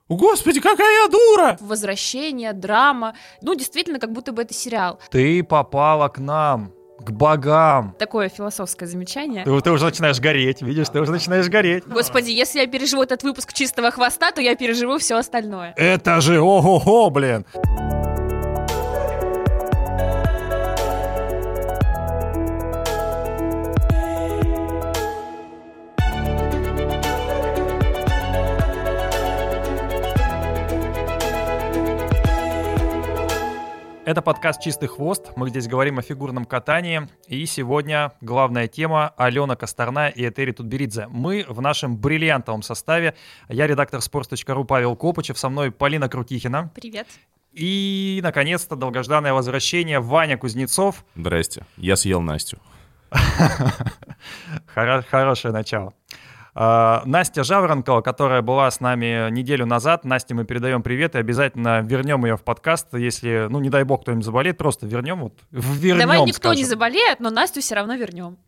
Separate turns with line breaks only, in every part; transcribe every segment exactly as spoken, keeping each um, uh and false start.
О, Господи, какая я дура!
Возвращение, драма. Ну, действительно, как будто бы это сериал.
Ты попала к нам, к богам.
Такое философское замечание.
Ты, ты уже начинаешь гореть, видишь, ты уже начинаешь гореть.
Господи, если я переживу этот выпуск «Чистого хвоста», то я переживу все остальное.
Это же ого-го, блин. Это подкаст «Чистый хвост». Мы здесь говорим о фигурном катании. И сегодня главная тема — Алена Косторная и Этери Тутберидзе. Мы в нашем бриллиантовом составе. Я редактор спортс точка ру Павел Копычев. Со мной Полина Крутихина.
Привет.
И, наконец-то, долгожданное возвращение Ваня Кузнецов.
Здрасте. Я съел Настю.
Хорошее начало. Настя Жаворонкова, которая была с нами неделю назад. Насте мы передаем привет и обязательно вернем ее в подкаст. Если, ну, не дай бог, кто-нибудь заболеет, просто вернем. Вот, вернем,
Давай никто
скажем.
не заболеет, но Настю все равно вернем.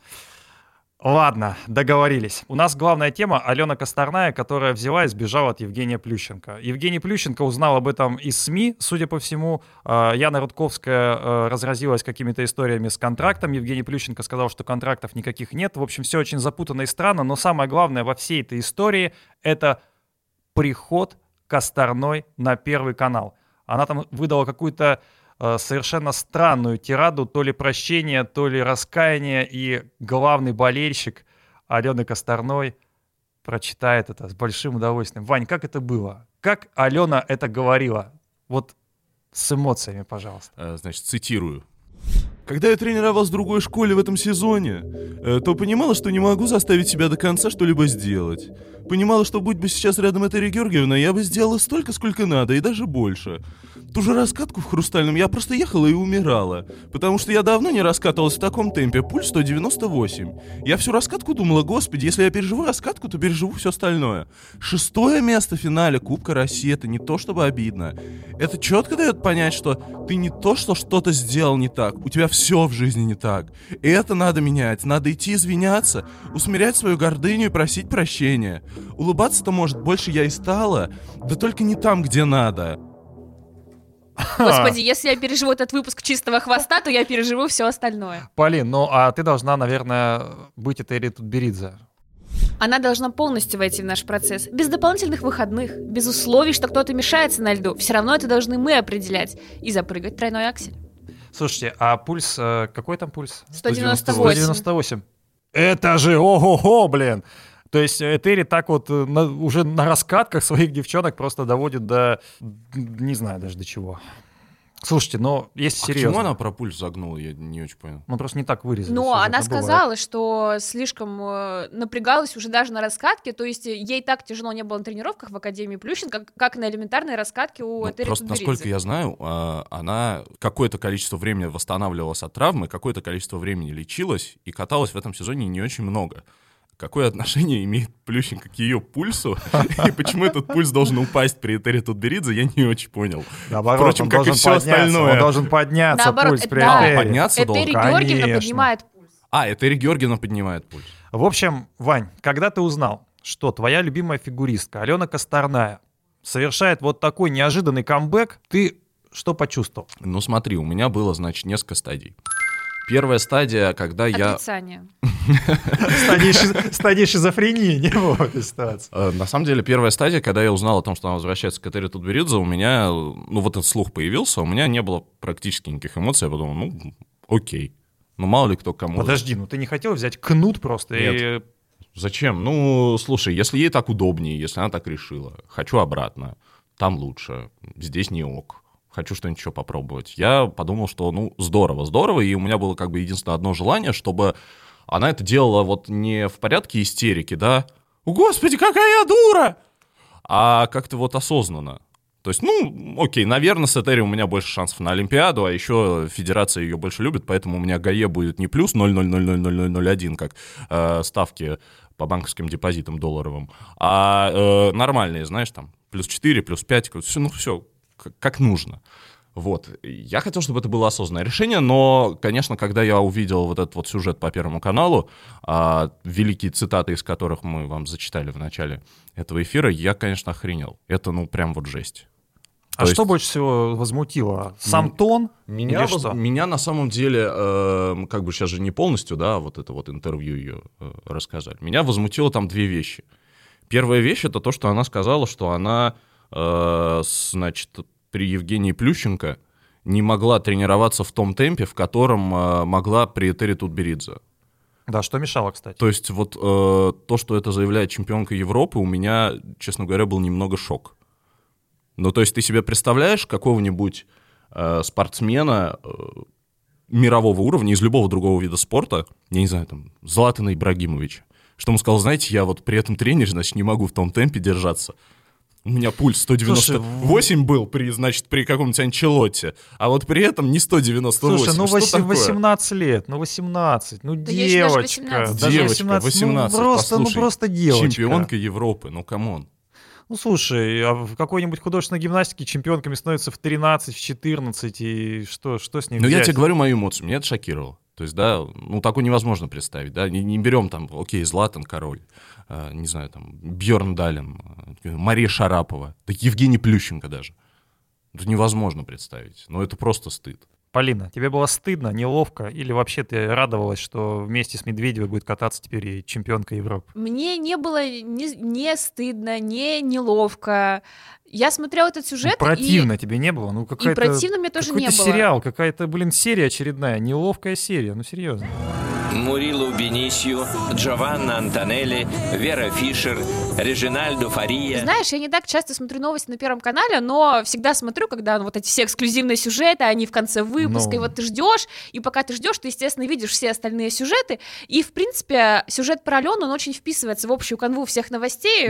Ладно, договорились. У нас главная тема — Алена Косторная, которая взяла и сбежала от Евгения Плющенко. Евгений Плющенко узнал об этом из СМИ, судя по всему. Яна Рудковская разразилась какими-то историями с контрактом. Евгений Плющенко сказал, что контрактов никаких нет. В общем, все очень запутанно и странно, но самое главное во всей этой истории — это приход Косторной на Первый канал. Она там выдала какую-то совершенно странную тираду, то ли прощение, то ли раскаяние, и главный болельщик Алены Косторной прочитает это с большим удовольствием. Вань, как это было? Как Алена это говорила? Вот с эмоциями, пожалуйста.
Значит, цитирую. Когда я тренировалась в другой школе в этом сезоне, то понимала, что не могу заставить себя до конца что-либо сделать. Понимала, что будь бы сейчас рядом Этери Георгиевна, я бы сделала столько, сколько надо, и даже больше. Ту же раскатку в Хрустальном я просто ехала и умирала, потому что я давно не раскатывалась в таком темпе, пульс сто девяносто восемь. Я всю раскатку думала, господи, если я переживу раскатку, то переживу все остальное. Шестое место в финале Кубка России — это не то чтобы обидно. Это четко дает понять, что ты не то, что что-то сделал не так, у тебя все в жизни не так. И это надо менять, надо идти извиняться, усмирять свою гордыню и просить прощения. Улыбаться-то, может, больше я и стала, да только не там, где надо.
Господи, если я переживу этот выпуск «Чистого хвоста», то я переживу все остальное.
Полин, ну а ты должна, наверное, быть Этери Тутберидзе.
Она должна полностью войти в наш процесс, без дополнительных выходных, без условий, что кто-то мешается на льду. Все равно это должны мы определять. И запрыгать тройной аксель.
Слушайте, а пульс, какой там пульс?
сто девяносто восемь.
сто девяносто восемь. Это же ого-го, блин! То есть Этери так вот на, уже на раскатках своих девчонок просто доводит до, не знаю даже до чего. Слушайте, но если
а
серьезно...
Почему она про пульс загнула, я не очень понял.
Ну просто не так вырезали.
Но она сказала, что слишком э, напрягалась уже даже на раскатке, то есть ей так тяжело не было на тренировках в Академии Плющенко, как, как на элементарной раскатке у
ну,
Этери
Просто,
Тутберидзе.
насколько я знаю, она какое-то количество времени восстанавливалась от травмы, какое-то количество времени лечилась и каталась в этом сезоне не очень много. Какое отношение имеет Плющенко к ее пульсу, и почему этот пульс должен упасть при Этери Тутберидзе, я не очень понял.
Наоборот,
Впрочем,
он
как и все
подняться,
остальное.
Он должен подняться,
Наоборот,
пульс при
да.
Этери.
А, подняться
Этери
должен?
Георгиевна
Конечно.
поднимает пульс.
А, Этери Георгиевна поднимает пульс.
В общем, Вань, когда ты узнал, что твоя любимая фигуристка Алена Косторная совершает вот такой неожиданный камбэк, ты что почувствовал?
Ну смотри, у меня было, значит, несколько стадий. Первая стадия, когда я...
Отрицание.
Стадия шизофрении не было в этой ситуации.
На самом деле, первая стадия, когда я узнал о том, что она возвращается к Этери Тутберидзе, у меня, ну вот этот слух появился, у меня не было практически никаких эмоций, я подумал, ну, окей. Ну, мало ли кто кому...
Подожди, ну ты не хотел взять кнут просто
Нет.
и...
Зачем? Ну, слушай, если ей так удобнее, если она так решила, хочу обратно, там лучше, здесь не ок. Хочу что-нибудь еще попробовать. Я подумал, что, ну, здорово, здорово, и у меня было как бы единственное одно желание, чтобы она это делала вот не в порядке истерики, да, «О, Господи, какая я дура!», а как-то вот осознанно. То есть, ну, окей, наверное, с Этери у меня больше шансов на Олимпиаду, а еще федерация ее больше любит, поэтому у меня ГАЕ будет не плюс ноль целых ноль ноль ноль ноль ноль один, как э, ставки по банковским депозитам долларовым, а э, нормальные, знаешь, там, плюс четыре, плюс пять, все, ну, все как нужно. Вот. Я хотел, чтобы это было осознанное решение, но, конечно, когда я увидел вот этот вот сюжет по Первому каналу, а, великие цитаты из которых мы вам зачитали в начале этого эфира, я, конечно, охренел. Это, ну, прям вот жесть.
А
То
что
есть...
больше всего возмутило? Сам
М-
тон?
Меня,
или
воз...
что?
меня на самом деле, э, как бы сейчас же не полностью, да, вот это вот интервью ее э, рассказали. Меня возмутило там две вещи. Первая вещь — это то, что она сказала, что она, э, значит, при Евгении Плющенко не могла тренироваться в том темпе, в котором э, могла при Этери Тутберидзе.
Да, что мешало, кстати?
То есть вот э, то, что это заявляет чемпионка Европы, у меня, честно говоря, был немного шок. Ну, то есть ты себе представляешь какого-нибудь э, спортсмена э, мирового уровня из любого другого вида спорта, я не знаю, там, Златана Ибрагимовича, что он сказал, знаете, я вот при этом тренере, значит, не могу в том темпе держаться. У меня пульс сто девяносто восемь Слушай, был при, значит, при каком-нибудь Анчелотте, а вот при этом не сто девяносто восемь.
Слушай, ну
что
восемнадцать лет, ну восемнадцать, ну
да
девочка.
восемнадцать.
Даже
девочка,
восемнадцать,
восемнадцать,
ну просто,
послушай,
ну просто девочка.
Чемпионка Европы, ну камон.
Ну слушай, а в какой-нибудь художественной гимнастике чемпионками становятся в тринадцать, в четырнадцать, и что, что с ним
Ну
взять?
я тебе говорю мою эмоцию, меня это шокировало. То есть, да, ну такое невозможно представить, да, не, не берем там, окей, Златан, король, э, не знаю, там, Бьерн Дален, э, Мария Шарапова, да Евгений Плющенко даже. Это невозможно представить, но это просто стыд.
Полина, тебе было стыдно, неловко, или вообще ты радовалась, что вместе с Медведевой будет кататься теперь и чемпионка Европы?
Мне не было ни, не стыдно, не неловко. Я смотрела этот сюжет,
ну, противно
и...
тебе не было? Ну,
и
какая-то,
противно мне тоже не
какой-то
было.
сериал, какая-то, блин, серия очередная, неловкая серия, ну серьезно.
Мурилу Бенисью, Джованна Антонелли, Вера Фишер, Режинальдо Фария.
Знаешь, я не так часто смотрю новости на Первом канале, но всегда смотрю, когда ну, вот эти все эксклюзивные сюжеты, они в конце выпуска,
Ну.
и вот ты ждешь, и пока ты ждешь, ты, естественно, видишь все остальные сюжеты, и, в принципе, сюжет про Алену, он очень вписывается в общую канву всех новостей,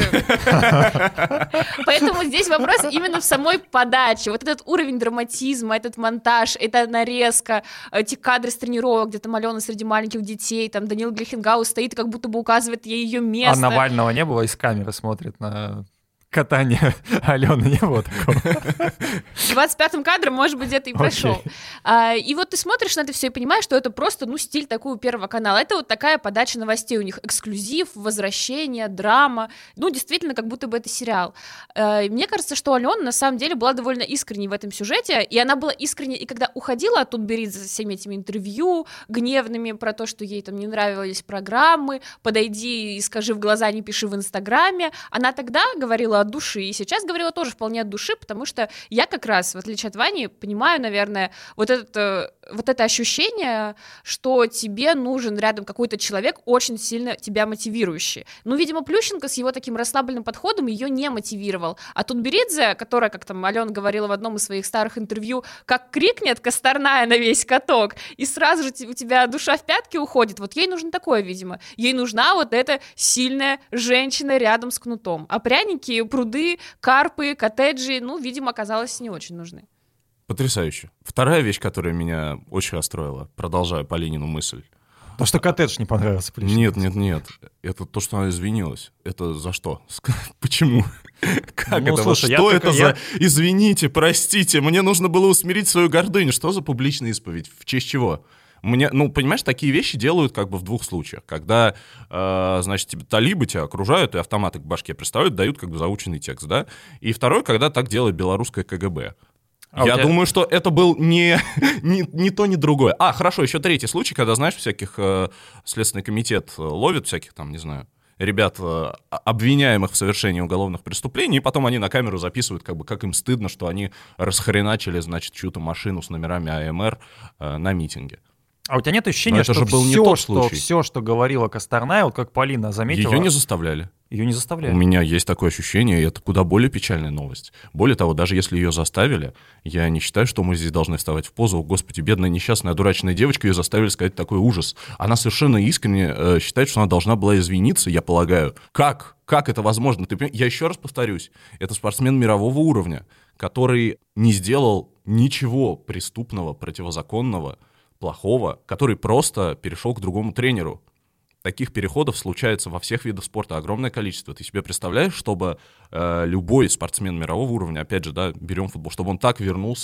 поэтому здесь вопрос именно в самой подаче, вот этот уровень драматизма, этот монтаж, эта нарезка, эти кадры с тренировок, где там Алена среди маленьких детей, там Даниил Глихенгаус стоит и как будто бы указывает ей ее место.
А Навального не было, из камеры смотрит на катание Алены, не было такого?
двадцать пятым кадром, может быть, где-то и прошел.
Окей.
А, и вот ты смотришь на это все и понимаешь, что это просто, ну, стиль такой у Первого канала. Это вот такая подача новостей у них. Эксклюзив, возвращение, драма. Ну, действительно, как будто бы это сериал. А, и мне кажется, что Алена, на самом деле, была довольно искренней в этом сюжете, и она была искренней и когда уходила от Тутберидзе со всеми этими интервью гневными про то, что ей там не нравились программы, подойди и скажи в глаза, не пиши в Инстаграме. Она тогда говорила от души, и сейчас говорила тоже вполне от души, потому что я как раз, в отличие от Вани, понимаю, наверное, вот это, вот это ощущение, что тебе нужен рядом какой-то человек, очень сильно тебя мотивирующий. Ну, видимо, Плющенко с его таким расслабленным подходом ее не мотивировал. А Тутберидзе, которая, как там Алена говорила в одном из своих старых интервью, как крикнет Косторная на весь каток, и сразу же у тебя душа в пятки уходит, вот ей нужно такое, видимо. Ей нужна вот эта сильная женщина рядом с кнутом. А пряники, пруды, карпы, коттеджи, ну, видимо, оказалось не очень нужны.
Потрясающе. Вторая вещь, которая меня очень расстроила, продолжая Полинину мысль.
То, что коттедж не понравился Плющенко.
Нет, нет, нет. Это то, что она извинилась. Это за что? Почему? Как
Ну,
это?
слушай, я
Что
только-
это
я-
за «извините, простите, мне нужно было усмирить свою гордыню»? Что за публичная исповедь? В честь чего? Мне, ну, понимаешь, такие вещи делают как бы в двух случаях. Когда, э, значит, тебе талибы тебя окружают и автоматы к башке приставляют, дают как бы заученный текст, да? И второй, когда так делает белорусское ка гэ бэ.
А у
Я
тебя-
думаю, что это был не, не, не то, не другое. А, хорошо, еще третий случай, когда, знаешь, всяких э, Следственный комитет э, ловит всяких там, не знаю, ребят, э, обвиняемых в совершении уголовных преступлений, и потом они на камеру записывают, как бы, как им стыдно, что они расхреначили, значит, чью-то машину с номерами а эм эр э, на митинге.
А у тебя нет ощущения,
Но это
что
же был не
все,
тот
что,
случай.
все, что говорила Косторная, вот как Полина заметила,
Ее не заставляли.
ее не заставляли?
У меня есть такое ощущение, и это куда более печальная новость. Более того, даже если ее заставили, я не считаю, что мы здесь должны вставать в позу. Господи, бедная несчастная одураченная девочка, ее заставили сказать такой ужас. Она совершенно искренне э, считает, что она должна была извиниться, я полагаю. Как? Как это возможно? Ты, понимаешь? Я еще раз повторюсь, это спортсмен мирового уровня, который не сделал ничего преступного, противозаконного, плохого, который просто перешел к другому тренеру. Таких переходов случается во всех видах спорта огромное количество. Ты себе представляешь, чтобы э, любой спортсмен мирового уровня, опять же, да, берем футбол, чтобы он так вернулся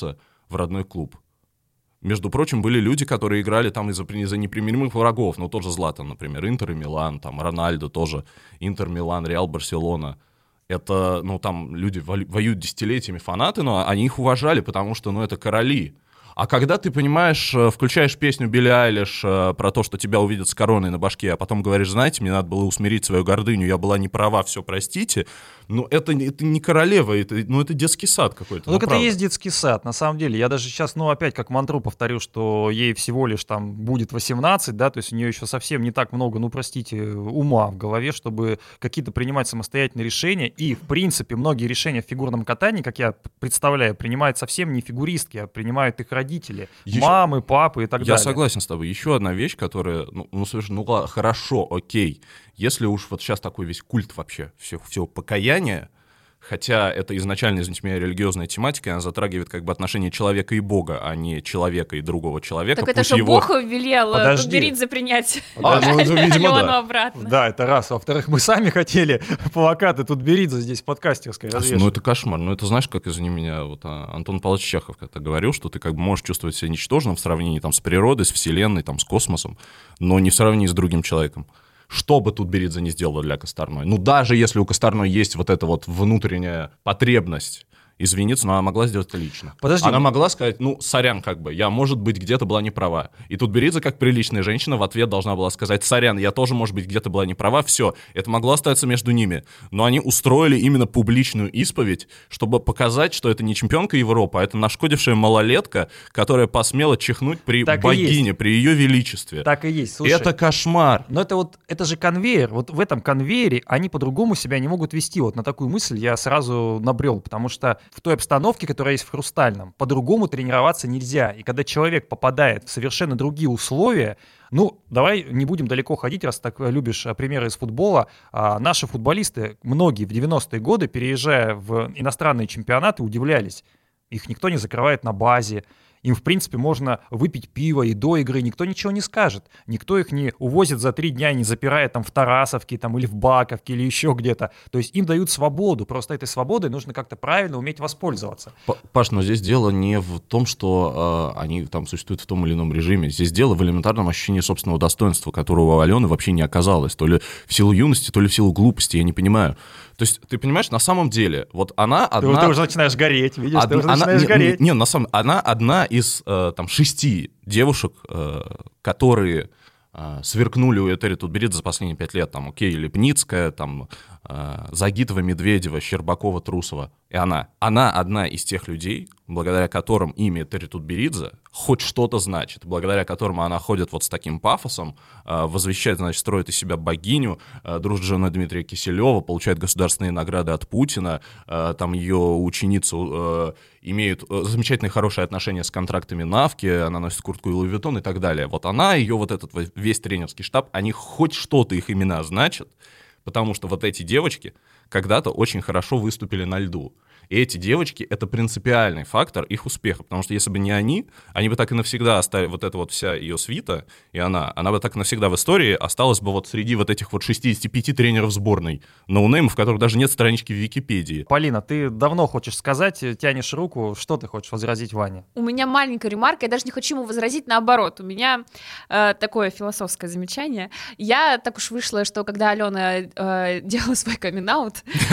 в родной клуб. Между прочим, были люди, которые играли там из-за, из-за непримиримых врагов. Ну, тот же Златан, например, Интер и Милан, там, Рональдо тоже, Интер, Милан, Реал, Барселона. Это, ну, там люди воюют десятилетиями, фанаты, но они их уважали, потому что, ну, это короли. А когда ты, понимаешь, включаешь песню Билли Айлиш про то, что тебя увидят с короной на башке, а потом говоришь, знаете, мне надо было усмирить свою гордыню, я была не права, все, простите, ну это, это не королева, это, ну это детский сад какой-то.
Ну, ну так правда. Это и есть детский сад, на самом деле. Я даже сейчас, ну опять как мантру повторю, что ей всего лишь там будет восемнадцать, да, то есть у нее еще совсем не так много, ну простите, ума в голове, чтобы какие-то принимать самостоятельные решения. И, в принципе, многие решения в фигурном катании, как я представляю, принимают совсем не фигуристки, а принимают их родители, еще... мамы, папы и так
я
далее.
Я согласен с тобой. Еще одна вещь, которая, ну, ну слушай, ну ладно, хорошо, окей. Если уж вот сейчас такой весь культ вообще, все, все покаяние, хотя это изначально, извините меня, религиозная тематика, она затрагивает как бы отношения человека и Бога, а не человека и другого человека.
Так это же
его...
Бог велел Тутберидзе принять
а, ну, ну, видимо,
Алену
да.
обратно.
Да, это раз. Во-вторых, мы сами хотели плакаты Тутберидзе здесь в подкастерской развешивать.
Ну это кошмар. Ну это знаешь, как, извини меня, вот Антон Павлович Чехов как-то говорил, что ты как бы можешь чувствовать себя ничтожным в сравнении там с природой, с вселенной, там, с космосом, но не в сравнении с другим человеком. Что бы Тутберидзе не сделала для Косторной? Ну, даже если у Косторной есть вот эта вот внутренняя потребность извиниться, но она могла сделать это лично.
Подожди.
Она могла сказать, ну, сорян, как бы, я, может быть, где-то была не права. И Тутберидзе, как приличная женщина, в ответ должна была сказать, сорян, я тоже, может быть, где-то была не права. Все, это могло остаться между ними. Но они устроили именно публичную исповедь, чтобы показать, что это не чемпионка Европы, а это нашкодившая малолетка, которая посмела чихнуть при
так
богине, при ее величестве.
Так и есть. Слушай,
это кошмар.
Но это вот, это же конвейер. Вот в этом конвейере они по-другому себя не могут вести. Вот на такую мысль я сразу набрел, потому что в той обстановке, которая есть в «Хрустальном», по-другому тренироваться нельзя. И когда человек попадает в совершенно другие условия, ну, давай не будем далеко ходить, раз так любишь примеры из футбола. А наши футболисты, многие в девяностые годы, переезжая в иностранные чемпионаты, удивлялись. Их никто не закрывает на базе. Им, в принципе, можно выпить пиво и до игры, никто ничего не скажет. Никто их не увозит за три дня, не запирает там в Тарасовке там, или в Баковке, или еще где-то. То есть им дают свободу. Просто этой свободой нужно как-то правильно уметь воспользоваться.
Паш, но здесь дело не в том, что э, они там существуют в том или ином режиме. Здесь дело в элементарном ощущении собственного достоинства, которого у Алены вообще не оказалось. То ли в силу юности, то ли в силу глупости, я не понимаю. То есть, ты понимаешь, на самом деле, вот она одна...
Ты, ты уже начинаешь гореть, видишь,
одна,
ты уже
она,
начинаешь
не,
гореть.
Не, не, на самом она одна из э, там шести девушек, э, которые э, сверкнули у Этери Тутберидзе за последние пять лет. Там, окей, Лепницкая, там, э, Загитова, Медведева, Щербакова, Трусова. И она. Она одна из тех людей, благодаря которым имя Этери Тутберидзе хоть что-то значит, благодаря которому она ходит вот с таким пафосом, э, возвещает, значит, строит из себя богиню, э, дружит с женой Дмитрия Киселева, получает государственные награды от Путина, э, там ее ученицу э, имеют э, замечательные хорошие отношения с контрактами Навки, она носит куртку Луи Виттон и так далее. Вот она, ее вот этот весь тренерский штаб, они хоть что-то, их имена значат, потому что вот эти девочки когда-то очень хорошо выступили на льду. И эти девочки — это принципиальный фактор их успеха, потому что если бы не они, они бы так и навсегда оставили, вот эта вот вся ее свита, и она, она бы так и навсегда в истории осталась бы вот среди вот этих вот шестидесяти пяти тренеров сборной, ноунеймов, в которых даже нет странички в Википедии.
Полина, ты давно хочешь сказать, тянешь руку, что ты хочешь возразить Ване?
У меня маленькая ремарка, я даже не хочу ему возразить, наоборот, у меня э, такое философское замечание. Я так уж вышла, что когда Алена э, делала свой камин-аут,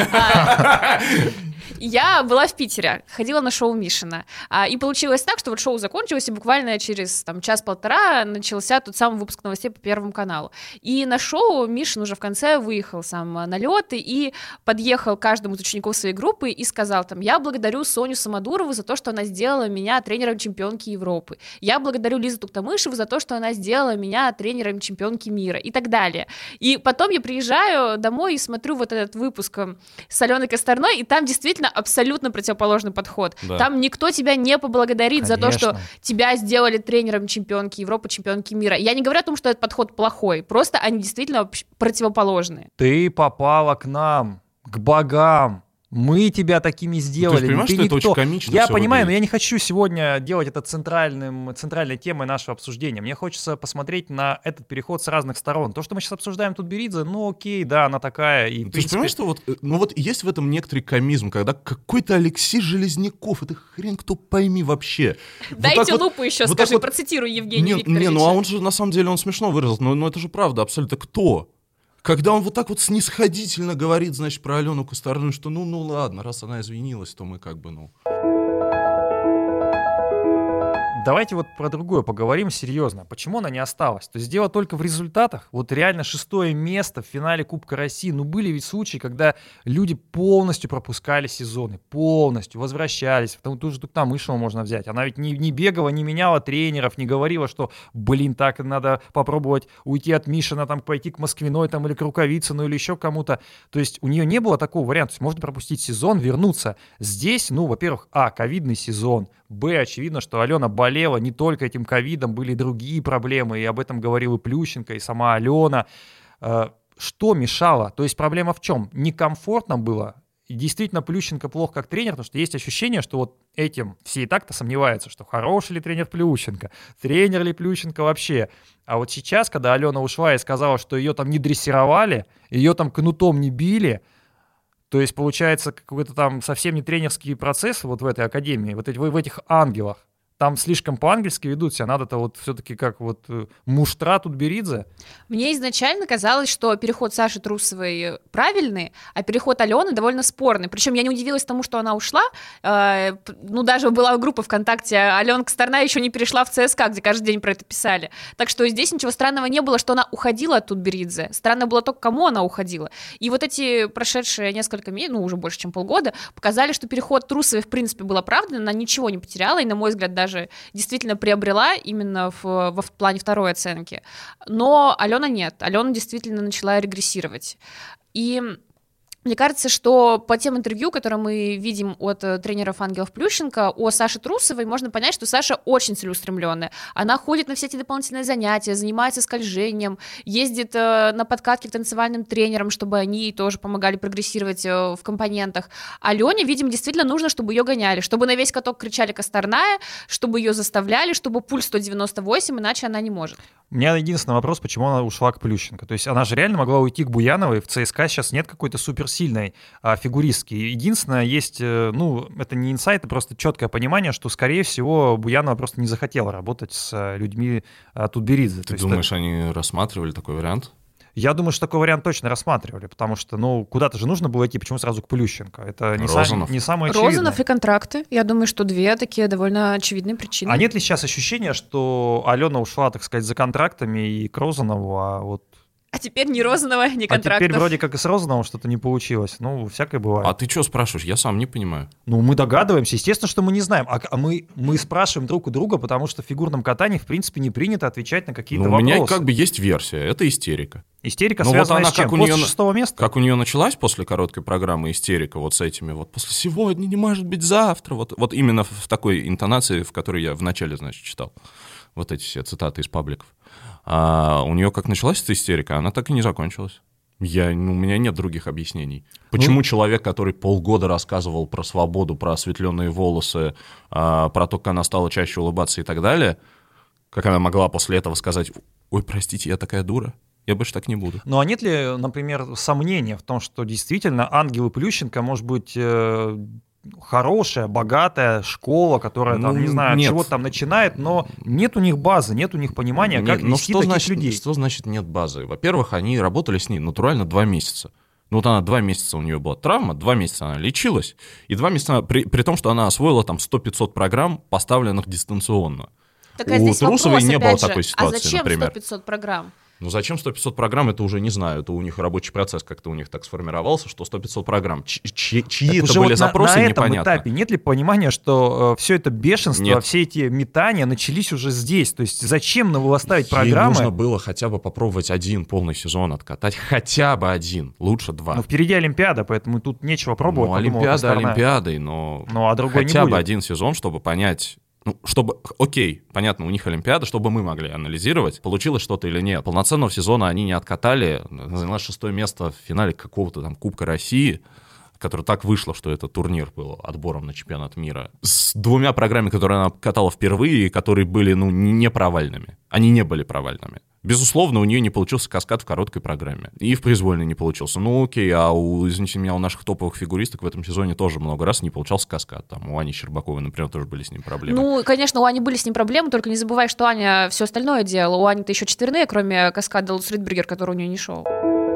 я была в Питере, ходила на шоу Мишина, а, и получилось так, что вот шоу закончилось, и буквально через там, час-полтора начался тот самый выпуск новостей по Первому каналу. И на шоу Мишин уже в конце выехал сам на лёты и подъехал к каждому из учеников своей группы и сказал там: я благодарю Соню Самодурову за то, что она сделала меня тренером чемпионки Европы. Я благодарю Лизу Туктамышеву за то, что она сделала меня тренером чемпионки мира и так далее. И потом я приезжаю домой и смотрю вот этот выпуск с Аленой Косторной, и там действительно абсолютно противоположный подход. Да. Там никто тебя не поблагодарит Конечно. За то, что тебя сделали тренером чемпионки Европы, чемпионки мира. Я не говорю о том, что этот подход плохой, просто они действительно противоположные.
Ты попала к нам, к богам. Мы тебя такими сделали.
Ты же понимаешь,
ты
что
никто.
это очень комично
Я
всё
понимаю,
выглядит.
но я не хочу сегодня делать это центральным, центральной темой нашего обсуждения. Мне хочется посмотреть на этот переход с разных сторон. То, что мы сейчас обсуждаем Тутберидзе, ну окей, да, она такая. И, в
Ты же
принципе,
понимаешь, что вот, э, ну вот есть в этом некоторый комизм, когда какой-то Алексей Железняков, это хрен кто пойми вообще. Вот
Дайте
так вот-
лупу еще,
вот так
скажи,
вот-
процитируй Евгения
Не,
Викторовича.
не, ну а он же на самом деле он смешно выразил, но, но это же правда, абсолютно кто? Когда он вот так вот снисходительно говорит, значит, про Алену Косторную, что ну, ну ладно, раз она извинилась, то мы как бы, ну...
Давайте вот про другое поговорим серьезно. Почему она не осталась? То есть дело только в результатах. Вот реально шестое место в финале Кубка России. Ну были ведь случаи, когда люди полностью пропускали сезоны. Полностью возвращались. Потому ту же Туктамышеву можно взять. Она ведь не, не бегала, не меняла тренеров, не говорила, что, блин, так надо попробовать уйти от Мишина, там, пойти к Москвиной там, или к Рукавицыну или еще к кому-то. То есть у нее не было такого варианта. То есть можно пропустить сезон, вернуться. Здесь, ну, во-первых, а, ковидный сезон. Б, очевидно, что Алена болела не только этим ковидом, были и другие проблемы, и об этом говорил и Плющенко, и сама Алена. Э, Что мешало? То есть проблема в чем? Некомфортно было, и действительно Плющенко плох как тренер, потому что есть ощущение, что вот этим все и так-то сомневаются, что хороший ли тренер Плющенко, тренер ли Плющенко вообще. А вот сейчас, когда Алена ушла и сказала, что ее там не дрессировали, ее там кнутом не били, то есть, получается, какой-то там совсем не тренерский процесс вот в этой академии, вот эти, в, в этих ангелах. Там слишком по-ангельски ведут себя, надо-то вот все-таки как вот э, муштра Тутберидзе.
Мне изначально казалось, что переход Саши Трусовой правильный, а переход Алены довольно спорный. Причем я не удивилась тому, что она ушла. Э, ну, даже была группа ВКонтакте, Алена Косторная еще не перешла в ЦСКА, где каждый день про это писали. Так что здесь ничего странного не было, что она уходила от Тутберидзе. Странно было то, к кому она уходила. И вот эти прошедшие несколько месяцев, ну, уже больше, чем полгода, показали, что переход Трусовой, в принципе, был оправдан, она ничего не потеряла, и, на мой взгляд, даже даже действительно приобрела именно в, в, в плане второй оценки. Но Алена нет. Алена действительно начала регрессировать. И мне кажется, что по тем интервью, которые мы видим от э, тренеров Ангелов Плющенко о Саше Трусовой, можно понять, что Саша очень целеустремленная. Она ходит на все эти дополнительные занятия, занимается скольжением, ездит э, на подкатки к танцевальным тренерам, чтобы они ей тоже помогали прогрессировать э, в компонентах. Алене, видимо, действительно нужно, чтобы ее гоняли, чтобы на весь каток кричали «Косторная», чтобы ее заставляли, чтобы пульс сто девяносто восемь, иначе она не может.
У меня единственный вопрос, почему она ушла к Плющенко. То есть она же реально могла уйти к Буяновой, в ЦСКА сейчас нет какой-то суперсильной а, фигуристки. Единственное, есть, ну, это не инсайт, это просто четкое понимание, что, скорее всего, Буянова просто не захотела работать с людьми а, Тутберидзе.
Ты думаешь, это... они рассматривали такой вариант?
Я думаю, что такой вариант точно рассматривали, потому что, ну, куда-то же нужно было идти, почему сразу к Плющенко? Это не, сам, не самое очевидное.
Розанов и контракты. Я думаю, что две такие довольно очевидные причины.
А нет ли сейчас ощущения, что Алена ушла, так сказать, за контрактами и к Розанову, а вот...
А теперь ни Розанова, ни контрактов.
А теперь вроде как и с Розановым что-то не получилось. Ну, всякое бывает.
А ты что спрашиваешь? Я сам не понимаю.
Ну, мы догадываемся. Естественно, что мы не знаем. А, а мы, мы спрашиваем друг у друга, потому что в фигурном катании, в принципе, не принято отвечать на какие-то
ну,
вопросы.
У меня как бы есть версия. Это истерика.
Истерика
Но
связана
вот она,
с чем?
как у
После
нее,
шестого места?
Как у нее началась после короткой программы истерика вот с этими вот после сегодня не может быть завтра. Вот, вот именно в, в такой интонации, в которой я вначале, значит, читал. Вот эти все цитаты из пабликов. А у нее как началась эта истерика, она так и не закончилась. Я, ну, у меня нет других объяснений. Почему ну, человек, который полгода рассказывал про свободу, про осветленные волосы, а, про то, как она стала чаще улыбаться и так далее, как она могла после этого сказать: «Ой, простите, я такая дура, я больше так не буду».
Ну а нет ли, например, сомнения в том, что действительно Ангелы Плющенко может быть... Э- хорошая, богатая школа, которая, ну, там, не знаю, чего-то там начинает, но нет у них базы, нет у них понимания, как
нет,
вести
что
таких
значит,
людей.
Что значит нет базы? Во-первых, они работали с ней натурально два месяца. Ну вот она два месяца, у нее была травма, два месяца она лечилась, и два месяца, при, при том, что она освоила там сто-пятьсот программ, поставленных дистанционно.
Так, а
у
здесь
Трусовой
вопрос,
не было
же,
такой ситуации,
а зачем
например.
сто-пятьсот программ?
Ну зачем сто-пятьсот программ, это уже не знаю, это у них рабочий процесс как-то у них так сформировался, что сто-пятьсот программ. Ч- чьи чьи это были вот запросы,
на, на
непонятно.
На этом этапе нет ли понимания, что э, все это бешенство,
нет.
все эти метания начались уже здесь? То есть зачем на его ставить
Ей
программы?
нужно было хотя бы попробовать один полный сезон откатать, хотя бы один, лучше два.
Ну впереди Олимпиада, поэтому тут нечего пробовать.
Ну Олимпиада Олимпиадой, но
ну, а другой
хотя
не
бы один сезон, чтобы понять... Ну, чтобы, окей, понятно, у них Олимпиада, чтобы мы могли анализировать, получилось что-то или нет. Полноценного сезона они не откатали, заняла шестое место в финале какого-то там Кубка России, который так вышло, что этот турнир был отбором на чемпионат мира, с двумя программами, которые она катала впервые, и которые были, ну, не провальными. Они не были провальными. Безусловно, у нее не получился каскад в короткой программе. И в произвольной не получился. Ну окей, а у, извините меня, у наших топовых фигуристок в этом сезоне тоже много раз не получался каскад. Там у Ани Щербаковой, например, тоже были с ним проблемы.
Ну, конечно, у Ани были с ним проблемы, только не забывай, что Аня все остальное делала. У Ани-то еще четверные, кроме каскада Лутс Ридбергер, который у нее не шел.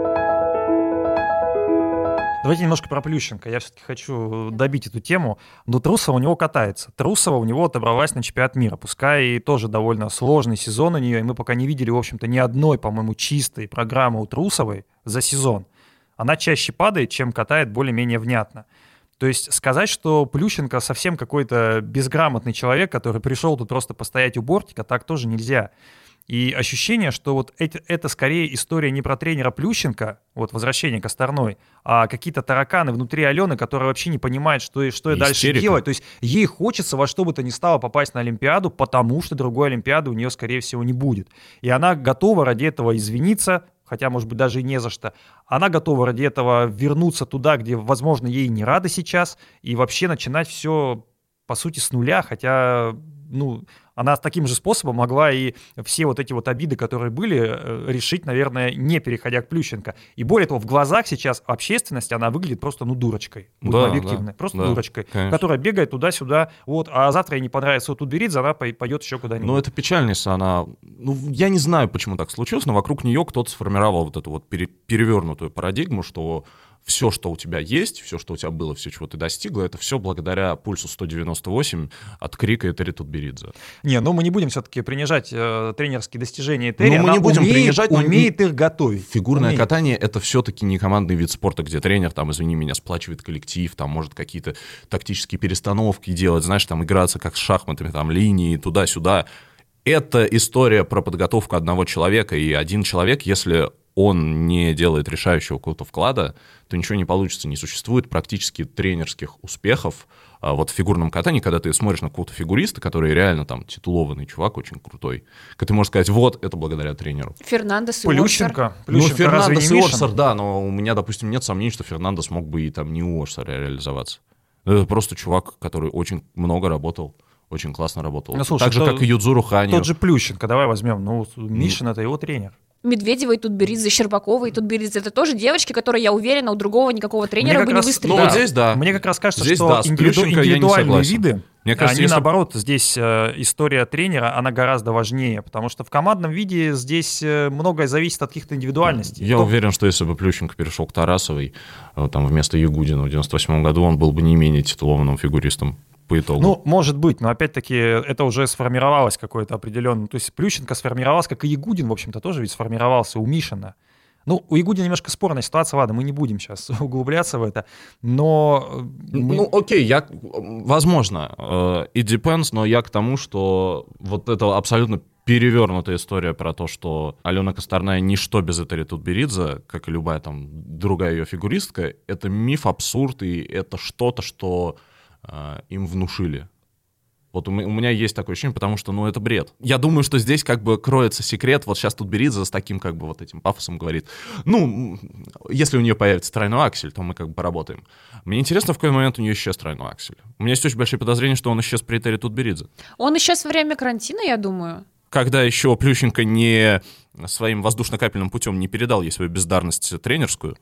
Давайте немножко про Плющенко. Я все-таки хочу добить эту тему. Но Трусова у него катается. Трусова у него отобралась на чемпионат мира. Пускай и тоже довольно сложный сезон у нее. И мы пока не видели, в общем-то, ни одной, по-моему, чистой программы у Трусовой за сезон. Она чаще падает, чем катает более-менее внятно. То есть сказать, что Плющенко совсем какой-то безграмотный человек, который пришел тут просто постоять у бортика, так тоже нельзя. И ощущение, что вот это, это скорее история не про тренера Плющенко, вот возвращение Косторной, а какие-то тараканы внутри Алены, которая вообще не понимает, что, что и дальше делать. То есть ей хочется во что бы то ни стало попасть на Олимпиаду, потому что другой Олимпиады у нее, скорее всего, не будет. И она готова ради этого извиниться, хотя, может быть, даже и не за что. Она готова ради этого вернуться туда, где, возможно, ей не рада сейчас, и вообще начинать все, по сути, с нуля, хотя... ну, она таким же способом могла и все вот эти вот обиды, которые были, решить, наверное, не переходя к Плющенко. И более того, в глазах сейчас общественности она выглядит просто, ну, дурочкой. Будем
да,
объективны.
Да,
просто
да,
дурочкой,
конечно.
Которая бегает туда-сюда, вот, а завтра ей не понравится вот Тутберидзе, она пойдет еще куда-нибудь.
Ну, это печально, если она... Ну, я не знаю, почему так случилось, но вокруг нее кто-то сформировал вот эту вот пере... перевернутую парадигму, что... все, что у тебя есть, все, что у тебя было, все, чего ты достигла, это все благодаря пульсу сто девяносто восемь от Крика Этери Тутберидзе.
Не, ну мы не будем все-таки принижать э, тренерские достижения Этери.
Ну, мы
Она
не будем
умеет,
принижать, но
умеет их готовить.
Фигурное
умеет.
катание — это все-таки не командный вид спорта, где тренер, там, извини меня, сплачивает коллектив, там, может какие-то тактические перестановки делать, знаешь, там, играться как с шахматами, там, линии, туда-сюда. Это история про подготовку одного человека, и один человек, если он не делает решающего какого-то вклада, то ничего не получится. Не существует практически тренерских успехов а вот в фигурном катании, когда ты смотришь на какого-то фигуриста, который реально там титулованный чувак, очень крутой, когда ты можешь сказать, вот, это благодаря тренеру.
Фернандес и
Плющенко.
Орсер.
Ну,
Плющенко
Фернандес
разве
и
не
Орсер,
Мишин?
да, но у меня, допустим, нет сомнений, что Фернандес мог бы и там не у Орсера реализоваться. Это просто чувак, который очень много работал. Очень классно работал.
Ну, слушай,
так же,
то-
как и Юдзуру Ханью.
Тот же Плющенко, давай возьмем. Ну, Мишин — это его тренер.
Медведева и Тутберидзе, Щербакова и Тутберидзе. Это тоже девочки, которые, я уверена, у другого никакого тренера
как
бы не
раз-
выстрелили.
Ну, вот здесь да.
Мне как раз кажется,
Здесь
что
да, с
индивиду-
Плющенко я не
индивидуальные
согласен.
виды,
Мне кажется,
они
если-
наоборот, здесь э, история тренера, она гораздо важнее, потому что в командном виде здесь э, многое зависит от каких-то индивидуальностей.
Я
Кто-
уверен, что если бы Плющенко перешел к Тарасовой, э, там вместо Ягудина в девяносто восьмом году, он был бы не менее титулованным фигуристом по итогу.
Ну, может быть, но опять-таки это уже сформировалось какое-то определенное. То есть Плющенко сформировался, как и Ягудин, в общем-то, тоже ведь сформировался у Мишина. Ну, у Ягудина немножко спорная ситуация, ладно, мы не будем сейчас углубляться в это, но... мы-
Ну, окей, я, возможно, э, it depends, но я к тому, что вот это абсолютно перевернутая история про то, что Алена Косторная ничто без Этери Тутберидзе, как и любая там другая ее фигуристка, это миф, абсурд, и это что-то, что э, им внушили. Вот у м- у меня есть такое ощущение, потому что, ну, это бред. Я думаю, что здесь как бы кроется секрет. Вот сейчас Тутберидзе с таким как бы вот этим пафосом говорит, ну, если у нее появится тройной аксель, то мы как бы поработаем. Мне интересно, в какой момент у нее исчез тройной аксель. У меня есть очень большие подозрения, что он исчез при Этери Тутберидзе.
Он исчез во время карантина, я думаю.
Когда еще Плющенко не своим воздушно-капельным путем не передал ей свою бездарность тренерскую.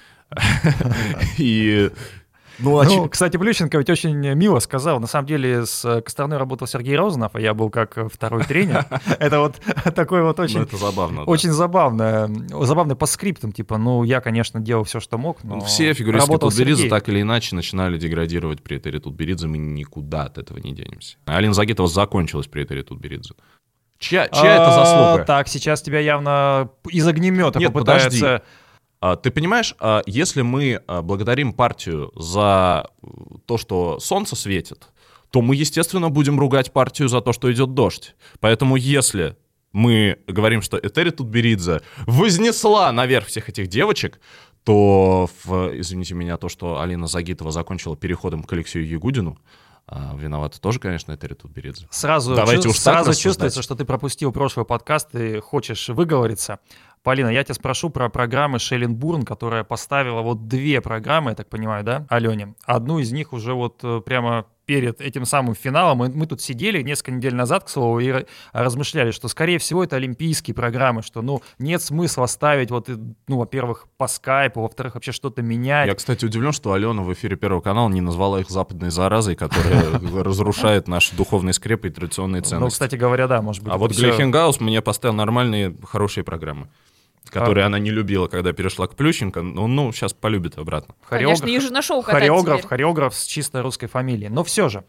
И... Ну,
Ну,
очевидно.
кстати, Плющенко ведь очень мило сказал. На самом деле с Косторной работал Сергей Розанов, а я был как второй тренер. Это вот такой вот
Ну,
очень...
это забавно. да.
Очень забавно, забавно по скриптам, типа, ну, я, конечно, делал все, что мог, но
Все фигуристы
работал
Тутберидзе
Сергей.
так или иначе начинали деградировать при Этери Тутберидзе, мы никуда от этого не денемся. Алина Загитова закончилась при Этери Тутберидзе. Чья, чья это
А,
заслуга?
Так, сейчас тебя явно из огнемета
Нет,
попытаются...
А, Ты понимаешь, а, если мы а, благодарим партию за э, то, что солнце светит, то мы, естественно, будем ругать партию за то, что идет дождь. Поэтому если мы говорим, что Этери Тутберидзе вознесла наверх всех этих девочек, то, в, извините меня, то, что Алина Загитова закончила переходом к Алексею Ягудину, а, виновата тоже, конечно, Этери Тутберидзе.
Сразу,
Давайте
чу-
уж так
сразу
рассуждать.
чувствуется, что ты пропустил прошлый подкаст и хочешь выговориться. Полина, я тебя спрошу про программы Шелленбурн, которая поставила вот две программы, я так понимаю, да, Алене? Одну из них уже вот э, прямо перед этим самым финалом. Мы, мы тут сидели несколько недель назад, к слову, и размышляли, что, скорее всего, это олимпийские программы, что, ну, нет смысла ставить, вот, ну, во-первых, по скайпу, во-вторых, вообще что-то менять.
Я, кстати, удивлен, что Алена в эфире Первого канала не назвала их западной заразой, которая разрушает наши духовные скрепы и традиционные ценности.
Ну, кстати говоря, да, может быть.
А вот Глейхенгаус мне поставил нормальные, хорошие программы, которые а... она не любила, когда перешла к Плющенко, но ну, сейчас полюбит обратно.
Хореограф, конечно, ее же на шоу катать
хореограф,
теперь.
Хореограф с чисто русской фамилией. Но все же,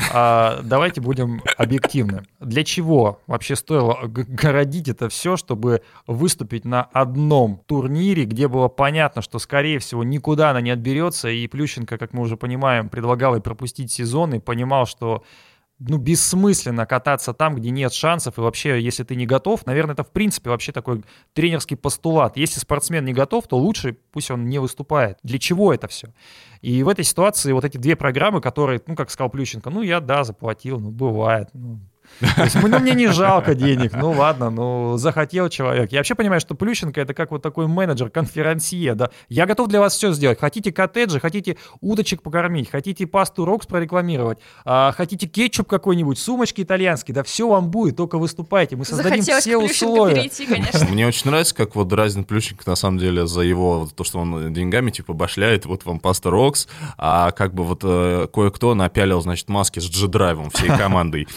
а, давайте будем объективны. Для чего вообще стоило городить это все, чтобы выступить на одном турнире, где было понятно, что, скорее всего, никуда она не отберется, и Плющенко, как мы уже понимаем, предлагал ей пропустить сезон и понимал, что ну, бессмысленно кататься там, где нет шансов, и вообще, если ты не готов, наверное, это в принципе вообще такой тренерский постулат. Если спортсмен не готов, то лучше пусть он не выступает. Для чего это все? И в этой ситуации вот эти две программы, которые, ну, как сказал Плющенко, ну, я, да, заплатил, ну, бывает, ну, то есть, ну, мне не жалко денег, ну, ладно, ну, захотел человек. Я вообще понимаю, что Плющенко — это как вот такой менеджер, конферансье, да. Я готов для вас все сделать. Хотите коттеджи, хотите удочек покормить, хотите пасту Рокс прорекламировать, а, хотите кетчуп какой-нибудь, сумочки итальянские, да, все вам будет, только выступайте, мы создадим
Захотелось
все условия.
Перейти, конечно.
Мне очень нравится, как вот дразнит Плющенко, на самом деле, за его, то, что он деньгами, типа, башляет, вот вам паста Рокс, а как бы вот э, кое-кто напялил, значит, маски с джи-драйвом всей командой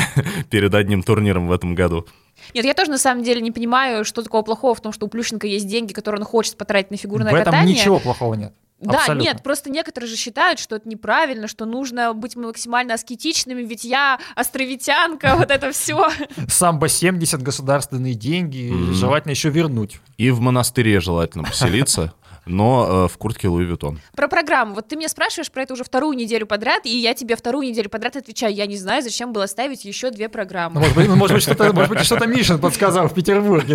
перед одним турниром в этом году.
Нет, я тоже на самом деле не понимаю, что такого плохого в том, что у Плющенко есть деньги, которые он хочет потратить на фигурное
в этом
катание.
Ничего плохого нет.
Да,
Абсолютно.
Нет, просто некоторые же считают, что это неправильно, что нужно быть максимально аскетичными, ведь я островитянка, вот это все.
Самбо семьдесят, государственные деньги, mm-hmm. желательно еще вернуть.
И в монастыре желательно поселиться. Но э, в куртке Луи Виттон.
Про программу. Вот ты меня спрашиваешь про это уже вторую неделю подряд, и я тебе вторую неделю подряд отвечаю. Я не знаю, зачем было ставить еще две программы.
Может быть, может быть, что-то, может быть, что-то Мишин подсказал в Петербурге.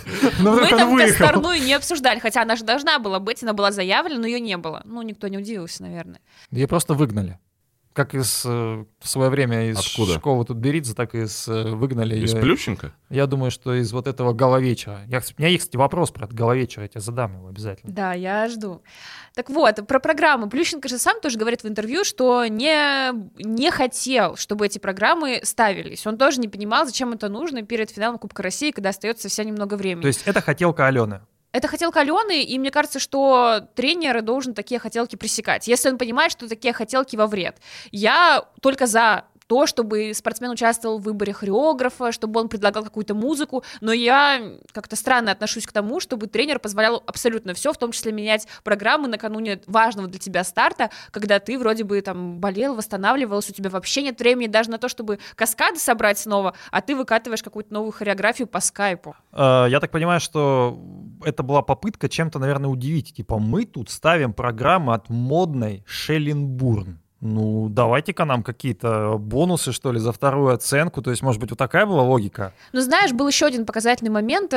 Мы там Косторную не обсуждали, хотя она же должна была быть, она была заявлена, но ее не было. Ну, никто не удивился, наверное.
Ее просто выгнали. Как из в свое время из
Откуда?
школы Тутберидзе, так и из выгнали
из
ее.
Плющенко?
Я думаю, что из вот этого Головечера. Я, у меня есть, кстати, вопрос про этот Головечер, я тебе задам его обязательно.
Да, я жду. Так вот, про программу. Плющенко же сам тоже говорит в интервью, что не, не хотел, чтобы эти программы ставились. Он тоже не понимал, зачем это нужно перед финалом Кубка России, когда остается совсем немного времени.
То есть это хотелка Алены?
Это хотелка Алены, и мне кажется, что тренер должен такие хотелки пресекать, если он понимает, что такие хотелки во вред. Я только за то, чтобы спортсмен участвовал в выборе хореографа, чтобы он предлагал какую-то музыку, но я как-то странно отношусь к тому, чтобы тренер позволял абсолютно все, в том числе менять программы накануне важного для тебя старта, когда ты вроде бы там болел, восстанавливался, у тебя вообще нет времени даже на то, чтобы каскады собрать снова, а ты выкатываешь какую-то новую хореографию по скайпу.
Я так понимаю, что это была попытка чем-то, наверное, удивить. Типа, мы тут ставим программы от модной Шелленбурн. Ну, давайте-ка нам какие-то бонусы, что ли, за вторую оценку. То есть, может быть, вот такая была логика?
Ну, знаешь, был еще один показательный момент.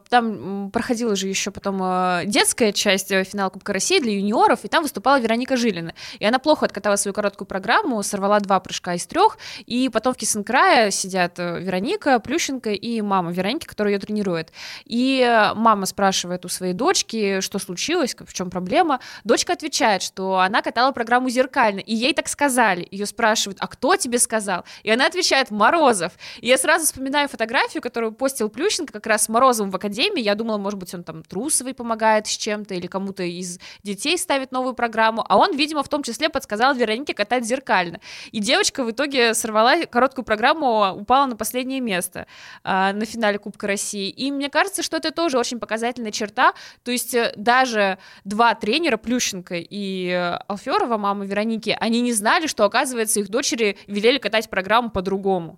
Там проходила же еще потом детская часть финала Кубка России для юниоров, и там выступала Вероника Жилина. И она плохо откатала свою короткую программу, сорвала два прыжка из трех, и потом в Киссинкрае сидят Вероника, Плющенко и мама Вероники, которая ее тренирует. И мама спрашивает у своей дочки, что случилось, в чем проблема. Дочка отвечает, что она катала программу зеркально, и ей так сказали. Ее спрашивают, а кто тебе сказал? И она отвечает, Морозов. И я сразу вспоминаю фотографию, которую постил Плющенко как раз с Морозовым в академии. Я думала, может быть, он там Трусовой помогает с чем-то или кому-то из детей ставит новую программу. А он, видимо, в том числе подсказал Веронике катать зеркально. И девочка в итоге сорвала короткую программу, упала на последнее место э, на финале Кубка России. И мне кажется, что это тоже очень показательная черта. То есть даже два тренера, Плющенко и Алферова, мама Вероники, они не знали, что, оказывается, их дочери велели катать программу по-другому.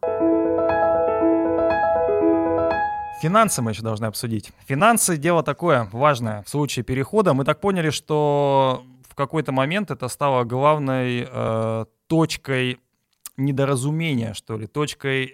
Финансы мы еще должны обсудить. Финансы — дело такое важное в случае перехода. Мы так поняли, что в какой-то момент это стало главной э, точкой недоразумения, что ли, точкой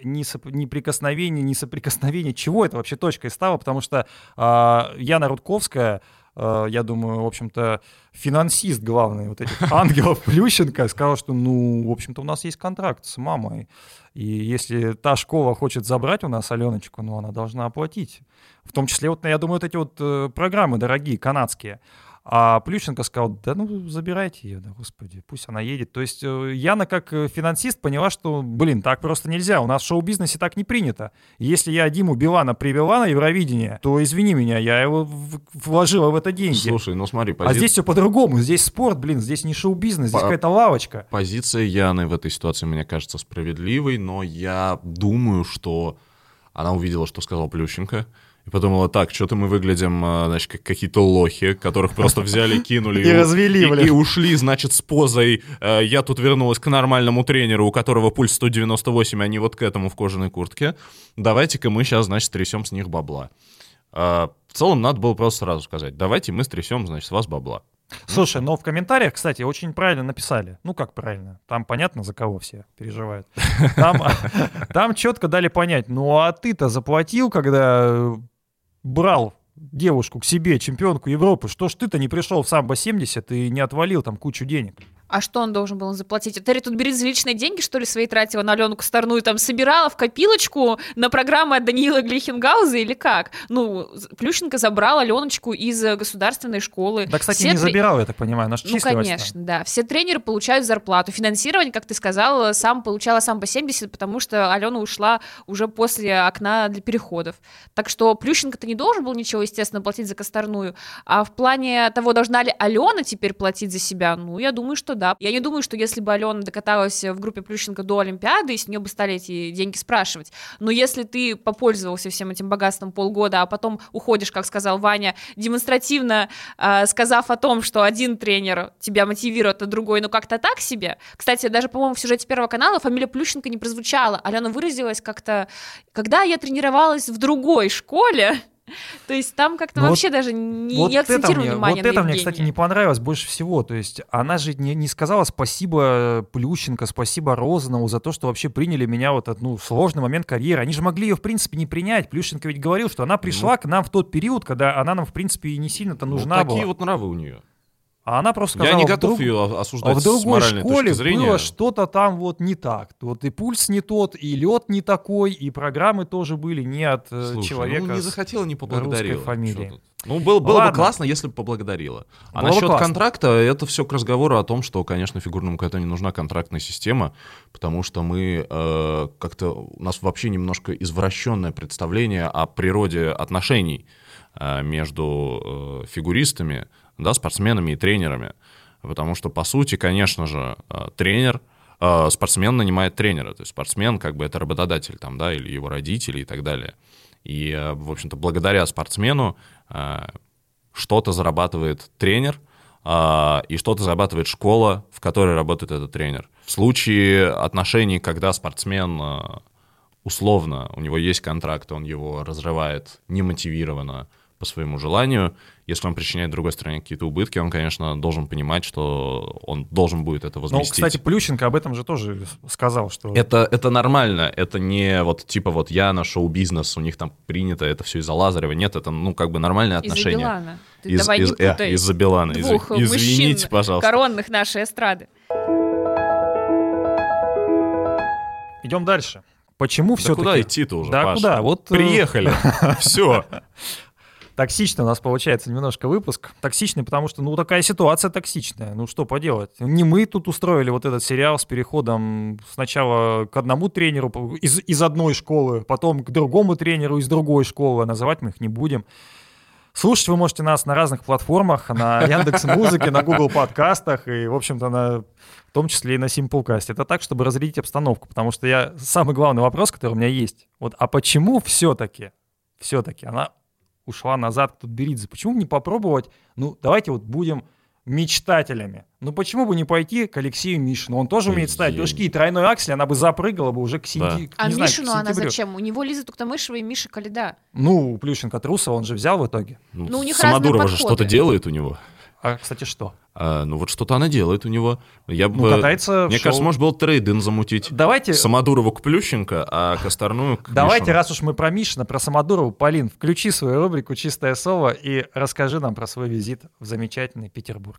неприкосновения, несоприкосновения. Чего это вообще точкой стало? Потому что э, Яна Рудковская э, я думаю, в общем-то, финансист главный вот этих ангелов Плющенко, сказал, что, ну, в общем-то, у нас есть контракт с мамой, и если та школа хочет забрать у нас Аленочку, ну, она должна оплатить. В том числе, вот, я думаю, вот эти вот э, программы дорогие, канадские. А Плющенко сказал, да ну забирайте ее, да господи, пусть она едет. То есть Яна как финансист поняла, что, блин, так просто нельзя, у нас в шоу-бизнесе так не принято. Если я Диму Билана привела на Евровидение, то извини меня, я его вложила в это деньги.
Слушай, ну смотри, пози...
А здесь все по-другому, здесь спорт, блин, здесь не шоу-бизнес, здесь по... какая-то лавочка.
Позиция Яны в этой ситуации, мне кажется, справедливой, но я думаю, что она увидела, что сказал Плющенко, и подумала, так, что-то мы выглядим, значит, как какие-то лохи, которых просто взяли, кинули
и развели,
и, и ушли, значит, с позой. Я тут вернулась к нормальному тренеру, у которого пульс сто девяносто восемь, а не вот к этому в кожаной куртке. Давайте-ка мы сейчас, значит, трясем с них бабла. В целом, надо было просто сразу сказать, давайте мы стрясем, значит, с вас бабла.
Слушай, но в комментариях, кстати, очень правильно написали. Ну, как правильно? Там понятно, за кого все переживают. Там, там четко дали понять, ну, а ты-то заплатил, когда брал девушку к себе, чемпионку Европы, что ж ты-то не пришел в самбо семьдесят и не отвалил там кучу денег?
А что он должен был заплатить? Терри тут берет за личные деньги, что ли, свои тратила на Алену Косторную, там собирала в копилочку на программы от Даниила Глихенгауза или как? Ну, Плющенко забрал Аленочку из государственной школы.
Да, кстати,
Все
не
тре...
забирал, я так понимаю, наш
Ну, конечно, да. Все тренеры получают зарплату. Финансирование, как ты сказал, сам получала самбо семьдесят, потому что Алена ушла уже после окна для переходов. Так что Плющенко-то не должен был ничего, естественно, платить за Косторную. А в плане того, должна ли Алена теперь платить за себя, ну, я думаю, что да. Я не думаю, что если бы Алена докаталась в группе Плющенко до Олимпиады, и с нее бы стали эти деньги спрашивать. Но если ты попользовался всем этим богатством полгода, а потом уходишь, как сказал Ваня, демонстративно э, сказав о том, что один тренер тебя мотивирует, а другой, ну как-то так себе. Кстати, даже, по-моему, в сюжете Первого канала фамилия Плющенко не прозвучала. Алена выразилась как-то, когда я тренировалась в другой школе. То есть там как-то ну вообще вот, даже не,
вот
не акцентировали внимание
вот
на
это мне, кстати, не понравилось больше всего. То есть она же не, не сказала спасибо Плющенко, спасибо Розанову за то, что вообще приняли меня в этот ну, сложный момент карьеры. Они же могли ее, в принципе, не принять. Плющенко ведь говорил, что она пришла ну, к нам в тот период, когда она нам, в принципе, и не сильно-то нужна
вот
была.
Такие вот нравы у нее.
А она просто сказала,
я не готов
вдруг,
ее осуждать
в другой
с моральной
школе
точки зрения.
Было что-то там вот не так. Вот и пульс не тот, и лед не такой, и программы тоже были не от Слушай, человека.
Ну не захотела, не поблагодарила.
Фамилии.
Ну был, было бы классно, если бы поблагодарила. А было насчет контракта, это все к разговору о том, что, конечно, фигурному катанию нужна контрактная система, потому что мы э, как-то у нас вообще немножко извращенное представление о природе отношений э, между э, фигуристами. Да, спортсменами и тренерами, потому что, по сути, конечно же, тренер, э, спортсмен нанимает тренера, то есть спортсмен как бы это работодатель там, да, или его родители и так далее. И, э, в общем-то, благодаря спортсмену э, что-то зарабатывает тренер э, и что-то зарабатывает школа, в которой работает этот тренер. В случае отношений, когда спортсмен э, условно, у него есть контракт, он его разрывает немотивированно, по своему желанию, если он причиняет другой стороне какие-то убытки, он, конечно, должен понимать, что он должен будет это возместить.
Ну, кстати, Плющенко об этом же тоже сказал, что...
Это, это нормально, это не вот типа вот я на шоу-бизнес, у них там принято это все из-за Лазарева. Нет, это, ну, как бы нормальные отношения.
Из-за Билана. Ты
из,
давай
из,
не путай.
Э, из-за Билана.
Двух
Из, извините, пожалуйста.
Коронных нашей эстрады.
Идем дальше. Почему
да
все-таки...
куда идти-то уже,
Да
Паша?
куда? Вот...
Приехали. Все.
Токсичный у нас получается немножко выпуск. Токсичный, потому что, ну, такая ситуация токсичная. Ну, что поделать? Не мы тут устроили вот этот сериал с переходом сначала к одному тренеру из, из одной школы, потом к другому тренеру из другой школы. Называть мы их не будем. Слушать вы можете нас на разных платформах, на Яндекс.Музыке, на Google подкастах и, в общем-то, на, в том числе и на Simplecast. Это так, чтобы разрядить обстановку, потому что я самый главный вопрос, который у меня есть. Вот, а почему все-таки, все-таки она ушла назад к Тутберидзе? Почему бы не попробовать, ну, давайте вот будем мечтателями. Ну, почему бы не пойти к Алексею Мишину? Он тоже умеет ставить прыжки, и тройной аксель, она бы запрыгала бы уже к сентябрю.
Да. А знаю, Мишину она зачем? У него Лиза Туктамышева и Миша Коляда.
Ну, у Плющенко Трусова он же взял в итоге.
Ну, ну у них Самодурова же что-то делает у него.
А, кстати, что?
А, ну вот что-то она делает у него. Я
Ну,
бы...
катается в
Мне
шоу.
кажется, может, был трейд-ин замутить.
Давайте,
Самодурову к Плющенко, а Косторную к
давайте,
Мишину.
раз уж мы про Мишина, про Самодурову, Полин, включи свою рубрику «Чистое слово» и расскажи нам про свой визит в замечательный Петербург.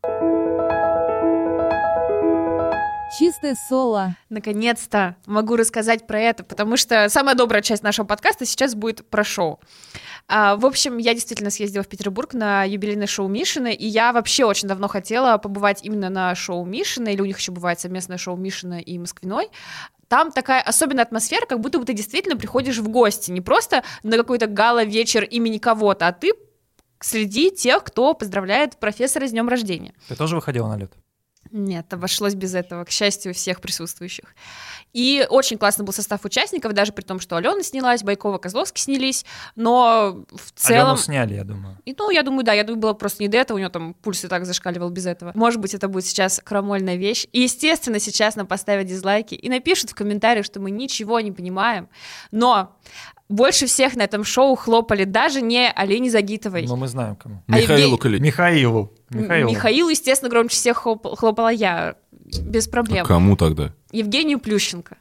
Чистое соло.
Наконец-то могу рассказать про это, потому что самая добрая часть нашего подкаста сейчас будет про шоу. А, в общем, я действительно съездила в Петербург на юбилейное шоу Мишина, и я вообще очень давно хотела побывать именно на шоу Мишина, или у них еще бывает совместное шоу Мишина и Москвиной. Там такая особенная атмосфера, как будто бы ты действительно приходишь в гости, не просто на какой-то гала-вечер имени кого-то, а ты среди тех, кто поздравляет профессора с днем рождения.
Ты тоже выходила на лед?
Нет, обошлось без этого, к счастью, всех присутствующих. И очень классный был состав участников, даже при том, что Алена снялась, Байкова, Козловский снялись, но в целом...
Алену сняли, я думаю.
И, ну, я думаю, да, я думаю, было просто не до этого, у него там пульс и так зашкаливал без этого. Может быть, это будет сейчас крамольная вещь. И, естественно, сейчас нам поставят дизлайки и напишут в комментариях, что мы ничего не понимаем. Но больше всех на этом шоу хлопали даже не Олене Загитовой.
Но мы знаем, кому.
А
Михаилу
Евгений-
Калит.
Михаилу.
М-
Михаилу.
Михаилу, естественно, громче всех хлоп- хлопала я, без проблем.
Кому тогда?
Евгению Плющенко.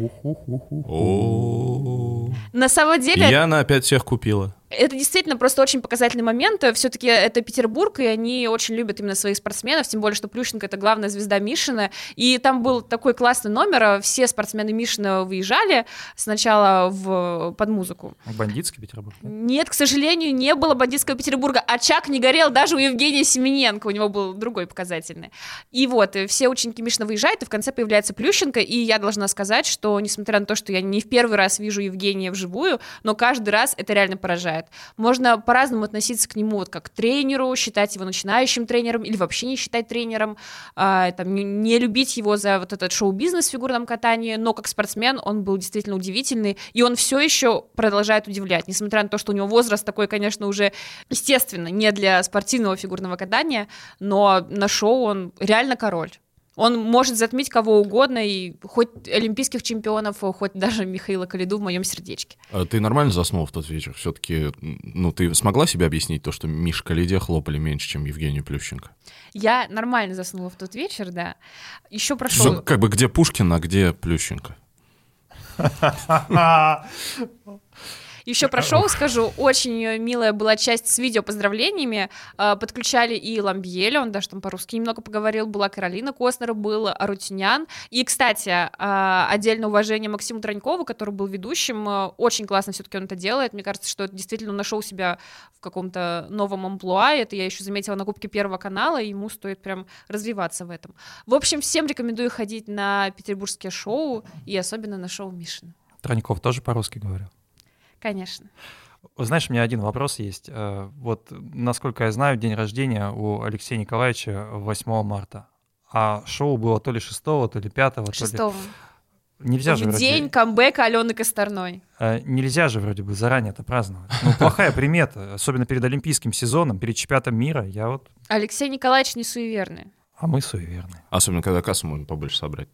О.
На самом деле,
Яна опять всех купила.
это действительно просто очень показательный момент. Все-таки это Петербург, и они очень любят именно своих спортсменов, тем более, что Плющенко — это главная звезда Мишина. И там был такой классный номер, все спортсмены Мишина выезжали сначала в, под музыку.
Бандитский Петербург.
Нет, к сожалению, не было бандитского Петербурга. Очаг не горел даже у Евгения Семененко, у него был другой показательный. И вот, и все ученики Мишина выезжают, и в конце появляется Плющенко, и я должна сказать, что, несмотря на то, что я не в первый раз вижу Евгения вживую, но каждый раз это реально поражает. Можно по-разному относиться к нему, вот как к тренеру, считать его начинающим тренером или вообще не считать тренером, а, там, не, не любить его за вот этот шоу-бизнес в фигурном катании, но как спортсмен он был действительно удивительный, и он все еще продолжает удивлять, несмотря на то, что у него возраст такой, конечно, уже, естественно, не для спортивного фигурного катания, но на шоу он реально король. Он может затмить кого угодно, и хоть олимпийских чемпионов, хоть даже Михаила Калиду в моем сердечке.
А ты нормально заснула в тот вечер? Все-таки, ну, ты смогла себе объяснить то, что Мише Калиде хлопали меньше, чем Евгению Плющенко?
Я нормально заснула в тот вечер, да. Еще
Что,
прошел...
как бы где Пушкин, а где Плющенко?
Еще про шоу скажу, очень милая была часть с видео поздравлениями, э, подключали и Ламбьеля, он даже там по-русски немного поговорил, была Каролина Костнер, был Арутюнян, и, кстати, э, отдельное уважение Максиму Тронькову, который был ведущим, э, очень классно все-таки он это делает, мне кажется, что это действительно он нашел себя в каком-то новом амплуа, это я еще заметила на Кубке Первого канала, и ему стоит прям развиваться в этом. В общем, всем рекомендую ходить на петербургские шоу, и особенно на шоу Мишина.
Троньков тоже по-русски говорил?
Конечно.
Знаешь, у меня один вопрос есть. Э, Вот, насколько я знаю, день рождения у Алексея Николаевича восьмого марта. А шоу было то ли шестого, то ли пятого, то ли...
Шестого.
Нельзя же
В
вроде...
день камбэка Алены Косторной.
э, Нельзя же вроде бы заранее это праздновать. Ну, плохая примета, особенно перед Олимпийским сезоном, перед чемпионатом мира. Я вот...
Алексей Николаевич не суеверный.
А мы суеверные.
Особенно, когда кассу можно побольше собрать.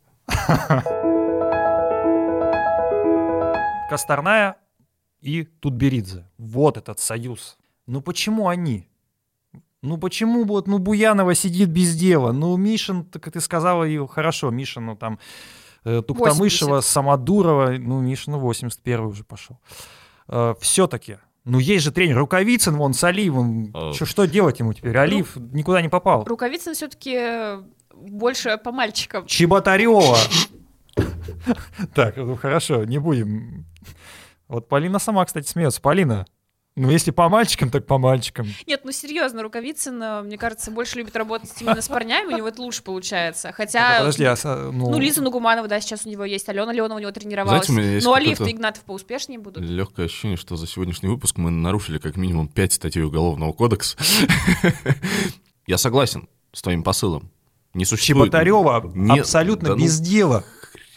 Косторная и Тутберидзе. Вот этот союз. Ну почему они? Ну почему вот, ну Буянова сидит без дела? Ну Мишин, так ты сказала, и хорошо, Мишин, ну там э, Туктамышева,
восемьдесят.
Самодурова, ну Мишин восемьдесят первый уже пошел. Э, все-таки. Ну есть же тренер Рукавицын, вон с Алиевым.
Э.
Чё, что делать ему теперь? Алиев никуда не попал.
Рукавицын все-таки больше по мальчикам.
Чеботарева. Так, ну хорошо, не будем. Вот Полина сама, кстати, смеется. Полина, ну если по мальчикам, так по мальчикам.
Нет, ну серьезно, Рукавицын, мне кажется, больше любит работать именно с парнями, у него это лучше получается. Хотя,
Так, подожди, а, со- ну,
ну, Лиза Нугуманова, да, сейчас у него есть, Алена Леонова у него тренировалась.
Знаете, у меня есть
Но Алиев
какое-то-
и Игнатов поуспешнее будут.
Легкое ощущение, что за сегодняшний выпуск мы нарушили как минимум пять статей Уголовного кодекса. Я согласен с твоим посылом. Не существует...
Чеботарева
Не-
абсолютно
да ну,
без дела.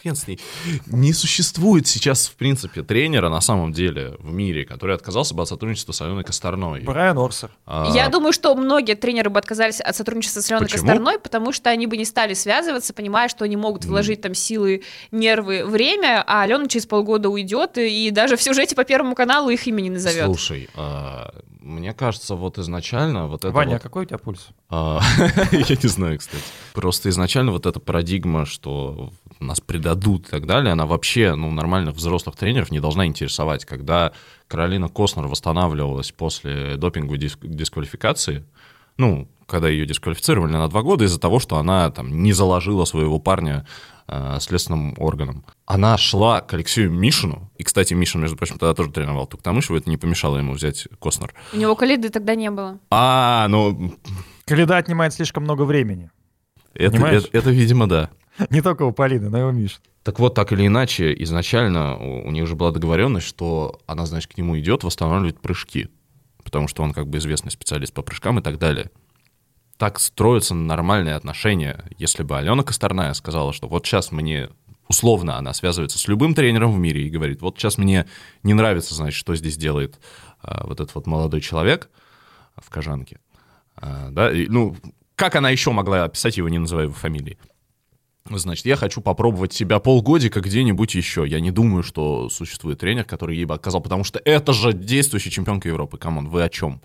хрен с ней. Не существует сейчас, в принципе, тренера на самом деле в мире, который отказался бы от сотрудничества с Аленой Косторной.
Брайан Орсер.
А,
Я думаю, что многие тренеры бы отказались от сотрудничества с Аленой
Почему?
Косторной, потому что они бы не стали связываться, понимая, что они могут вложить там силы, нервы, время, а Алена через полгода уйдет, и даже в сюжете по Первому каналу их имя не назовет.
Слушай, а, мне кажется, вот изначально вот это
Ваня,
вот,
а какой у тебя пульс?
а, я не знаю, кстати. Просто изначально вот эта парадигма, что нас предадут и так далее, она вообще, ну, нормальных взрослых тренеров не должна интересовать. Когда Каролина Костнер восстанавливалась после допинговой дис- дисквалификации, ну, когда ее дисквалифицировали на два года из-за того, что она там не заложила своего парня э, следственным органам. Она шла к Алексею Мишину, и, кстати, Мишин, между прочим, тогда тоже тренировал Туктамышева, это не помешало ему взять Костнер.
У него Калиды тогда не было.
А, ну,
Коляда отнимает слишком много времени.
это,
Понимаешь?
это, это, видимо, да.
Не только у Полины, но и у Миши.
Так вот, так или иначе, изначально у, у них же была договоренность, что она, значит, к нему идет восстанавливать прыжки, потому что он как бы известный специалист по прыжкам и так далее. Так строятся нормальные отношения. Если бы Алена Косторная сказала, что вот сейчас мне, условно, она связывается с любым тренером в мире и говорит, вот сейчас мне не нравится, значит, что здесь делает а, вот этот вот молодой человек в Кожанке. А, да, и, ну, как она еще могла описать его, не называя его фамилией? Значит, я хочу попробовать себя полгодика где-нибудь еще. Я не думаю, что существует тренер, который ей бы отказал, потому что это же действующая чемпионка Европы. Камон, вы о чем?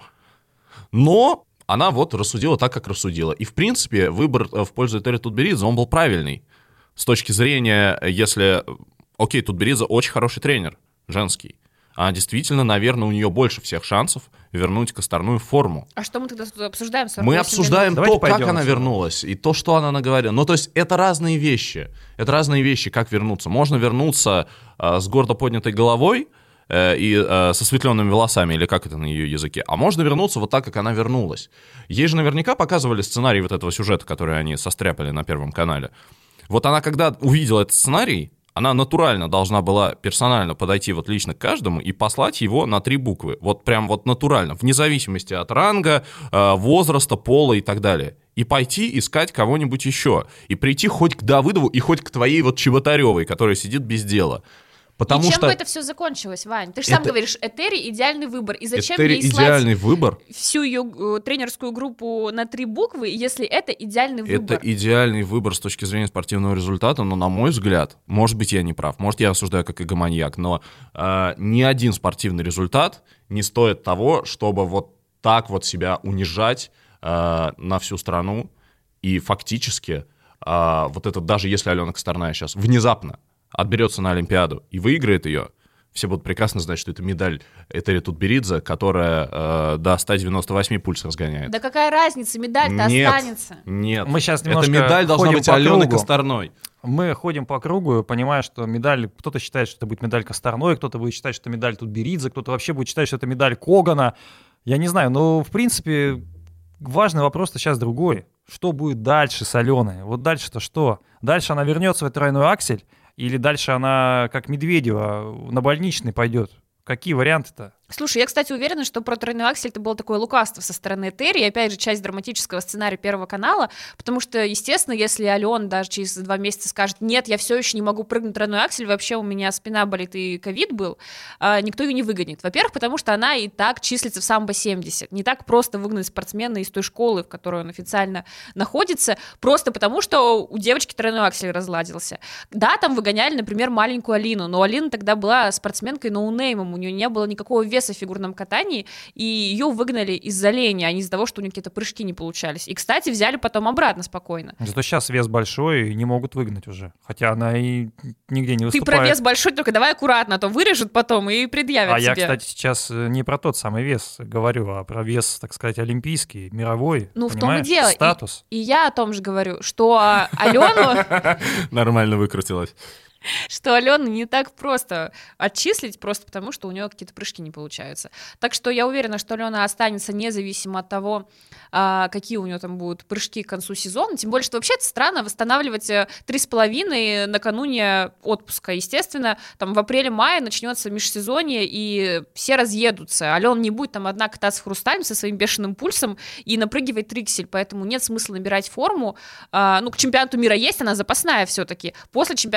Но она вот рассудила так, как рассудила. И, в принципе, выбор в пользу Этери Тутберидзе, он был правильный. С точки зрения, если... Окей, Тутберидзе очень хороший тренер, женский. А действительно, наверное, у нее больше всех шансов вернуть Косторную в форму.
А что мы тогда тут обсуждаем?
Мы обсуждаем
Давайте
то, как
пойдем
она
отсюда.
вернулась, и то, что она наговорила. Ну, то есть это разные вещи. Это разные вещи, как вернуться. Можно вернуться э, с гордо поднятой головой э, и э, со светленными волосами, или как это на ее языке. А можно вернуться вот так, как она вернулась. Ей же наверняка показывали сценарий вот этого сюжета, который они состряпали на Первом канале. Вот она, когда увидела этот сценарий, она натурально должна была персонально подойти вот лично к каждому и послать его на три буквы. Вот прям вот натурально, вне зависимости от ранга, возраста, пола и так далее. И пойти искать кого-нибудь еще. И прийти хоть к Давыдову и хоть к твоей вот Чеботаревой, которая сидит без дела. Потому
и чем
что
бы это все закончилось, Вань? Ты же сам
Это-
говоришь, Этери идеальный выбор. И зачем
Этери
ей слать
идеальный выбор.
всю ее э, тренерскую группу на три буквы, если это идеальный выбор?
Это идеальный выбор с точки зрения спортивного результата, но, на мой взгляд, может быть, я не прав, может, я осуждаю как игоманьяк, но э, ни один спортивный результат не стоит того, чтобы вот так вот себя унижать э, на всю страну. И фактически, э, вот это даже если Алена Косторная сейчас внезапно отберется на Олимпиаду и выиграет ее, все будут прекрасно знать, что это медаль Этери Тутберидзе, которая э, до ста девяноста восьми пульс разгоняет.
Да какая разница, медаль-то
Нет,
останется.
нет.
Мы сейчас
Эта
немножко
медаль должна
ходим
быть
по
Алены
кругу.
Косторной.
Мы ходим по кругу, понимая, что медаль... Кто-то считает, что это будет медаль Косторной, кто-то будет считать, что это медаль Тутберидзе, кто-то вообще будет считать, что это медаль Когана. Я не знаю, но, в принципе, важный вопрос-то сейчас другой. Что будет дальше с Аленой? Вот дальше-то что? Дальше она вернется в тройной аксель? Или дальше она, как Медведева, на больничный пойдет? Какие варианты-то?
Слушай, я, кстати, уверена, что про тройной аксель это было такое лукавство со стороны Этери, и опять же, часть драматического сценария Первого канала, потому что, естественно, если Алена даже через два месяца скажет, нет, я все еще не могу прыгнуть тройной аксель, вообще у меня спина болит и ковид был, а, никто ее не выгонит. Во-первых, потому что она и так числится в самбо семьдесят. Не так просто выгнать спортсмена из той школы, в которой он официально находится, просто потому что у девочки тройной аксель разладился. Да, там выгоняли, например, маленькую Алину, но Алина тогда была спортсменкой ноунеймом, у нее не было никакого веса в фигурном катании, и ее выгнали из-за лени, а не из-за того, что у нее какие-то прыжки не получались. И, кстати, взяли потом обратно спокойно.
Зато сейчас вес большой и не могут выгнать уже. Хотя она и нигде не
Ты
выступает.
про вес большой, только давай аккуратно, а то вырежут потом и предъявят
А
тебе.
я, кстати, сейчас э, не про тот самый вес говорю, а про вес, так сказать, олимпийский, мировой.
Ну, в том и
понимаешь?
дело. И-
Статус.
И я о том же говорю, что а, Алену,
Нормально выкрутилась.
что Алену не так просто отчислить, просто потому что у нее какие-то прыжки не получаются. Так что я уверена, что Алена останется независимо от того, а, какие у нее там будут прыжки к концу сезона. Тем более, что вообще это странно восстанавливать э, три с половиной накануне отпуска. Естественно, там в апреле-мае начнется межсезонье, и все разъедутся. Алена не будет там одна кататься в Хрустале со своим бешеным пульсом и напрыгивать триксель, поэтому нет смысла набирать форму. А, ну, к чемпионату мира есть, она запасная все-таки. После чемпионата мира уже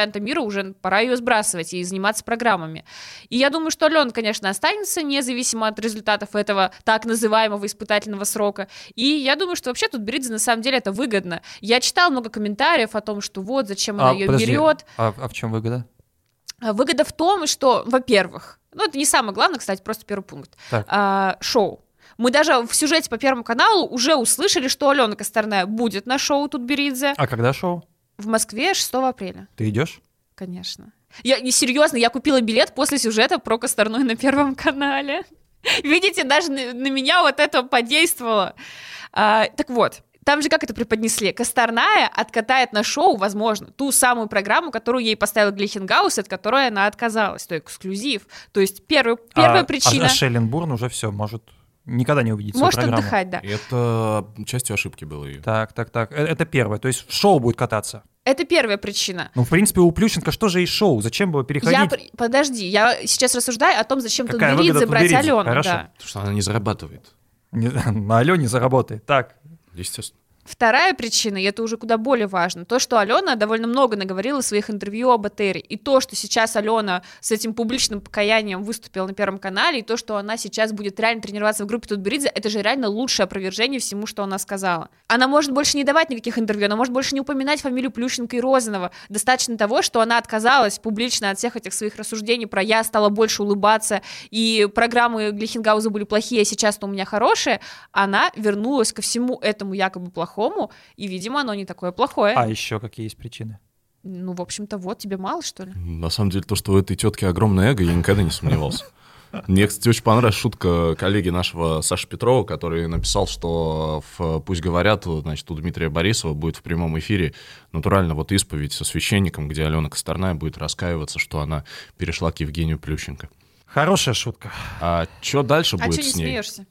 уже пора ее сбрасывать и заниматься программами. И я думаю, что Алена, конечно, останется, независимо от результатов этого так называемого испытательного срока. И я думаю, что вообще тут Тутберидзе на самом деле это выгодно. Я читала много комментариев о том, что вот, зачем она
А,
ее
подожди,
берет.
А, а в чем выгода?
Выгода в том, что, во-первых, ну это не самое главное, кстати, просто первый пункт,
Так.
а, шоу. Мы даже в сюжете по Первому каналу уже услышали, что Алена Косторная будет на шоу Тутберидзе
А когда шоу?
в Москве шестого апреля.
Ты идешь?
Конечно. Я, не серьезно, я купила билет после сюжета про Косторную на Первом канале. Видите, даже на, на меня вот это подействовало. А, так вот, там же как это преподнесли? Косторная откатает на шоу, возможно, ту самую программу, которую ей поставил Глихенгаус, от которой она отказалась, то эксклюзив. То есть первый, первая
а,
причина...
А, а Шелленбурн уже все, может никогда не увидеть свою
Может
программу.
отдыхать, да.
Это частью ошибки было ее.
Так, так, так. Э, Это первое. То есть шоу будет кататься.
Это первая причина.
Ну, в принципе, у Плющенко что же есть шоу? Зачем было переходить?
Я, при- подожди, я сейчас рассуждаю о том, зачем
Какая
Тутберидзе
выгода
брать
Тутберидзе?
Алену.
Хорошо.
Да.
Потому что она не зарабатывает.
Не- На Алене заработает. Так.
Естественно.
Вторая причина, и это уже куда более важно, то, что Алена довольно много наговорила в своих интервью об Этере, и то, что сейчас Алена с этим публичным покаянием выступила на Первом канале, и то, что она сейчас будет реально тренироваться в группе Тутберидзе, это же реально лучшее опровержение всему, что она сказала. Она может больше не давать никаких интервью, она может больше не упоминать фамилию Плющенко и Розанова. Достаточно того, что она отказалась публично от всех этих своих рассуждений про «я стала больше улыбаться», и программы Глихенгауза были плохие, а сейчас-то у меня хорошие. Она вернулась ко всему этому якобы плохому, и, видимо, оно не такое плохое.
А еще какие есть причины?
Ну, в общем-то, вот, тебе мало, что ли?
На самом деле, то, что у этой тетки огромное эго, я никогда не сомневался. Мне, кстати, очень понравилась шутка коллеги нашего Саши Петрова, который написал, что в «Пусть говорят», значит, у Дмитрия Борисова будет в прямом эфире натурально вот исповедь со священником, где Алена Косторная будет раскаиваться, что она перешла к Евгению Плющенко.
Хорошая шутка.
А что дальше
А
будет
что не
с ней?
смеешься?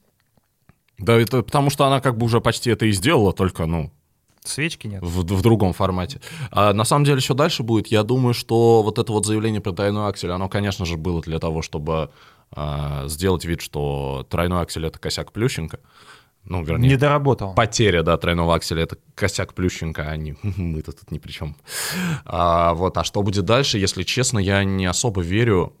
Да, это потому что она как бы уже почти это и сделала, только, ну,
Свечки нет.
в, в другом формате. А на самом деле, что дальше будет? Я думаю, что вот это вот заявление про тройной аксель, оно, конечно же, было для того, чтобы а, сделать вид, что тройной аксель — это косяк Плющенко. Ну, вернее,
Не доработал.
потеря, да, тройного акселя — это косяк Плющенко, а не мы-то тут ни при чем. А, вот, а что будет дальше, если честно, я не особо верю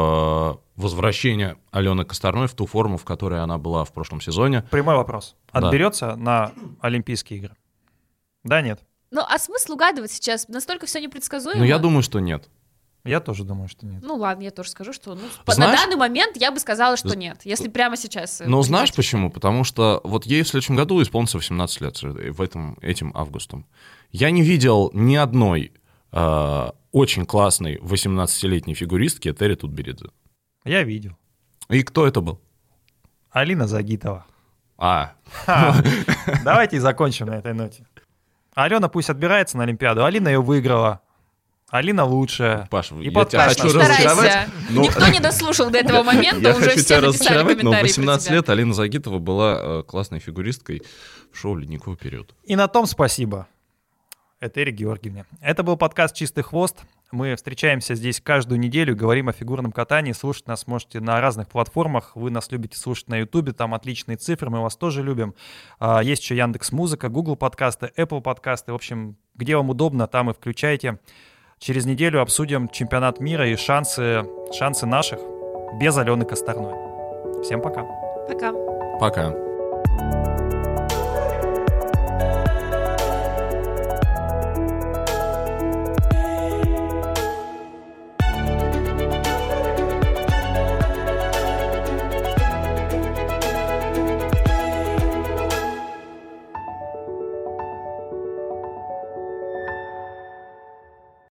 в возвращение Алены Косторной в ту форму, в которой она была в прошлом сезоне.
Прямой вопрос.
Да.
Отберется на Олимпийские игры? Да, нет?
Ну, а смысл угадывать сейчас? Настолько все непредсказуемо.
Но я думаю, что нет.
Я тоже думаю, что нет.
Ну, ладно, я тоже скажу, что ну, по-
Знаешь-
на данный момент я бы сказала, что
З-
нет. Если прямо сейчас... э,
Но знаешь
понимать.
почему? Потому что вот ей в следующем году исполнится восемнадцать лет, в этом, этим августом. Я не видел ни одной э, очень классной восемнадцатилетней фигуристки Этери Тутберидзе.
Я видел.
И кто это был?
Алина Загитова.
А,
Ха. Давайте и закончим на этой ноте. Алена пусть отбирается на Олимпиаду. Алина ее выиграла. Алина лучшая.
Паш,
И
я
подкаст
тебя
наш.
хочу
Старайся.
разочаровать. но-
Никто не дослушал до этого момента,
Я
уже
хочу
все
тебя
написали
разочаровать, но в
комментарии про
восемнадцать
тебя.
лет Алина Загитова была э, классной фигуристкой в шоу «Ледниковый период».
И на том спасибо Этери Георгиевне. Это был подкаст «Чистый хвост». Мы встречаемся здесь каждую неделю, говорим о фигурном катании. Слушать нас можете на разных платформах. Вы нас любите слушать на Ютубе, там отличные цифры, мы вас тоже любим. А, Есть еще Яндекс.Музыка, Google подкасты, Apple подкасты. В общем, где вам удобно, там и включайте. Через неделю обсудим чемпионат мира и шансы, шансы наших без Алены Косторной. Всем пока.
Пока.
Пока.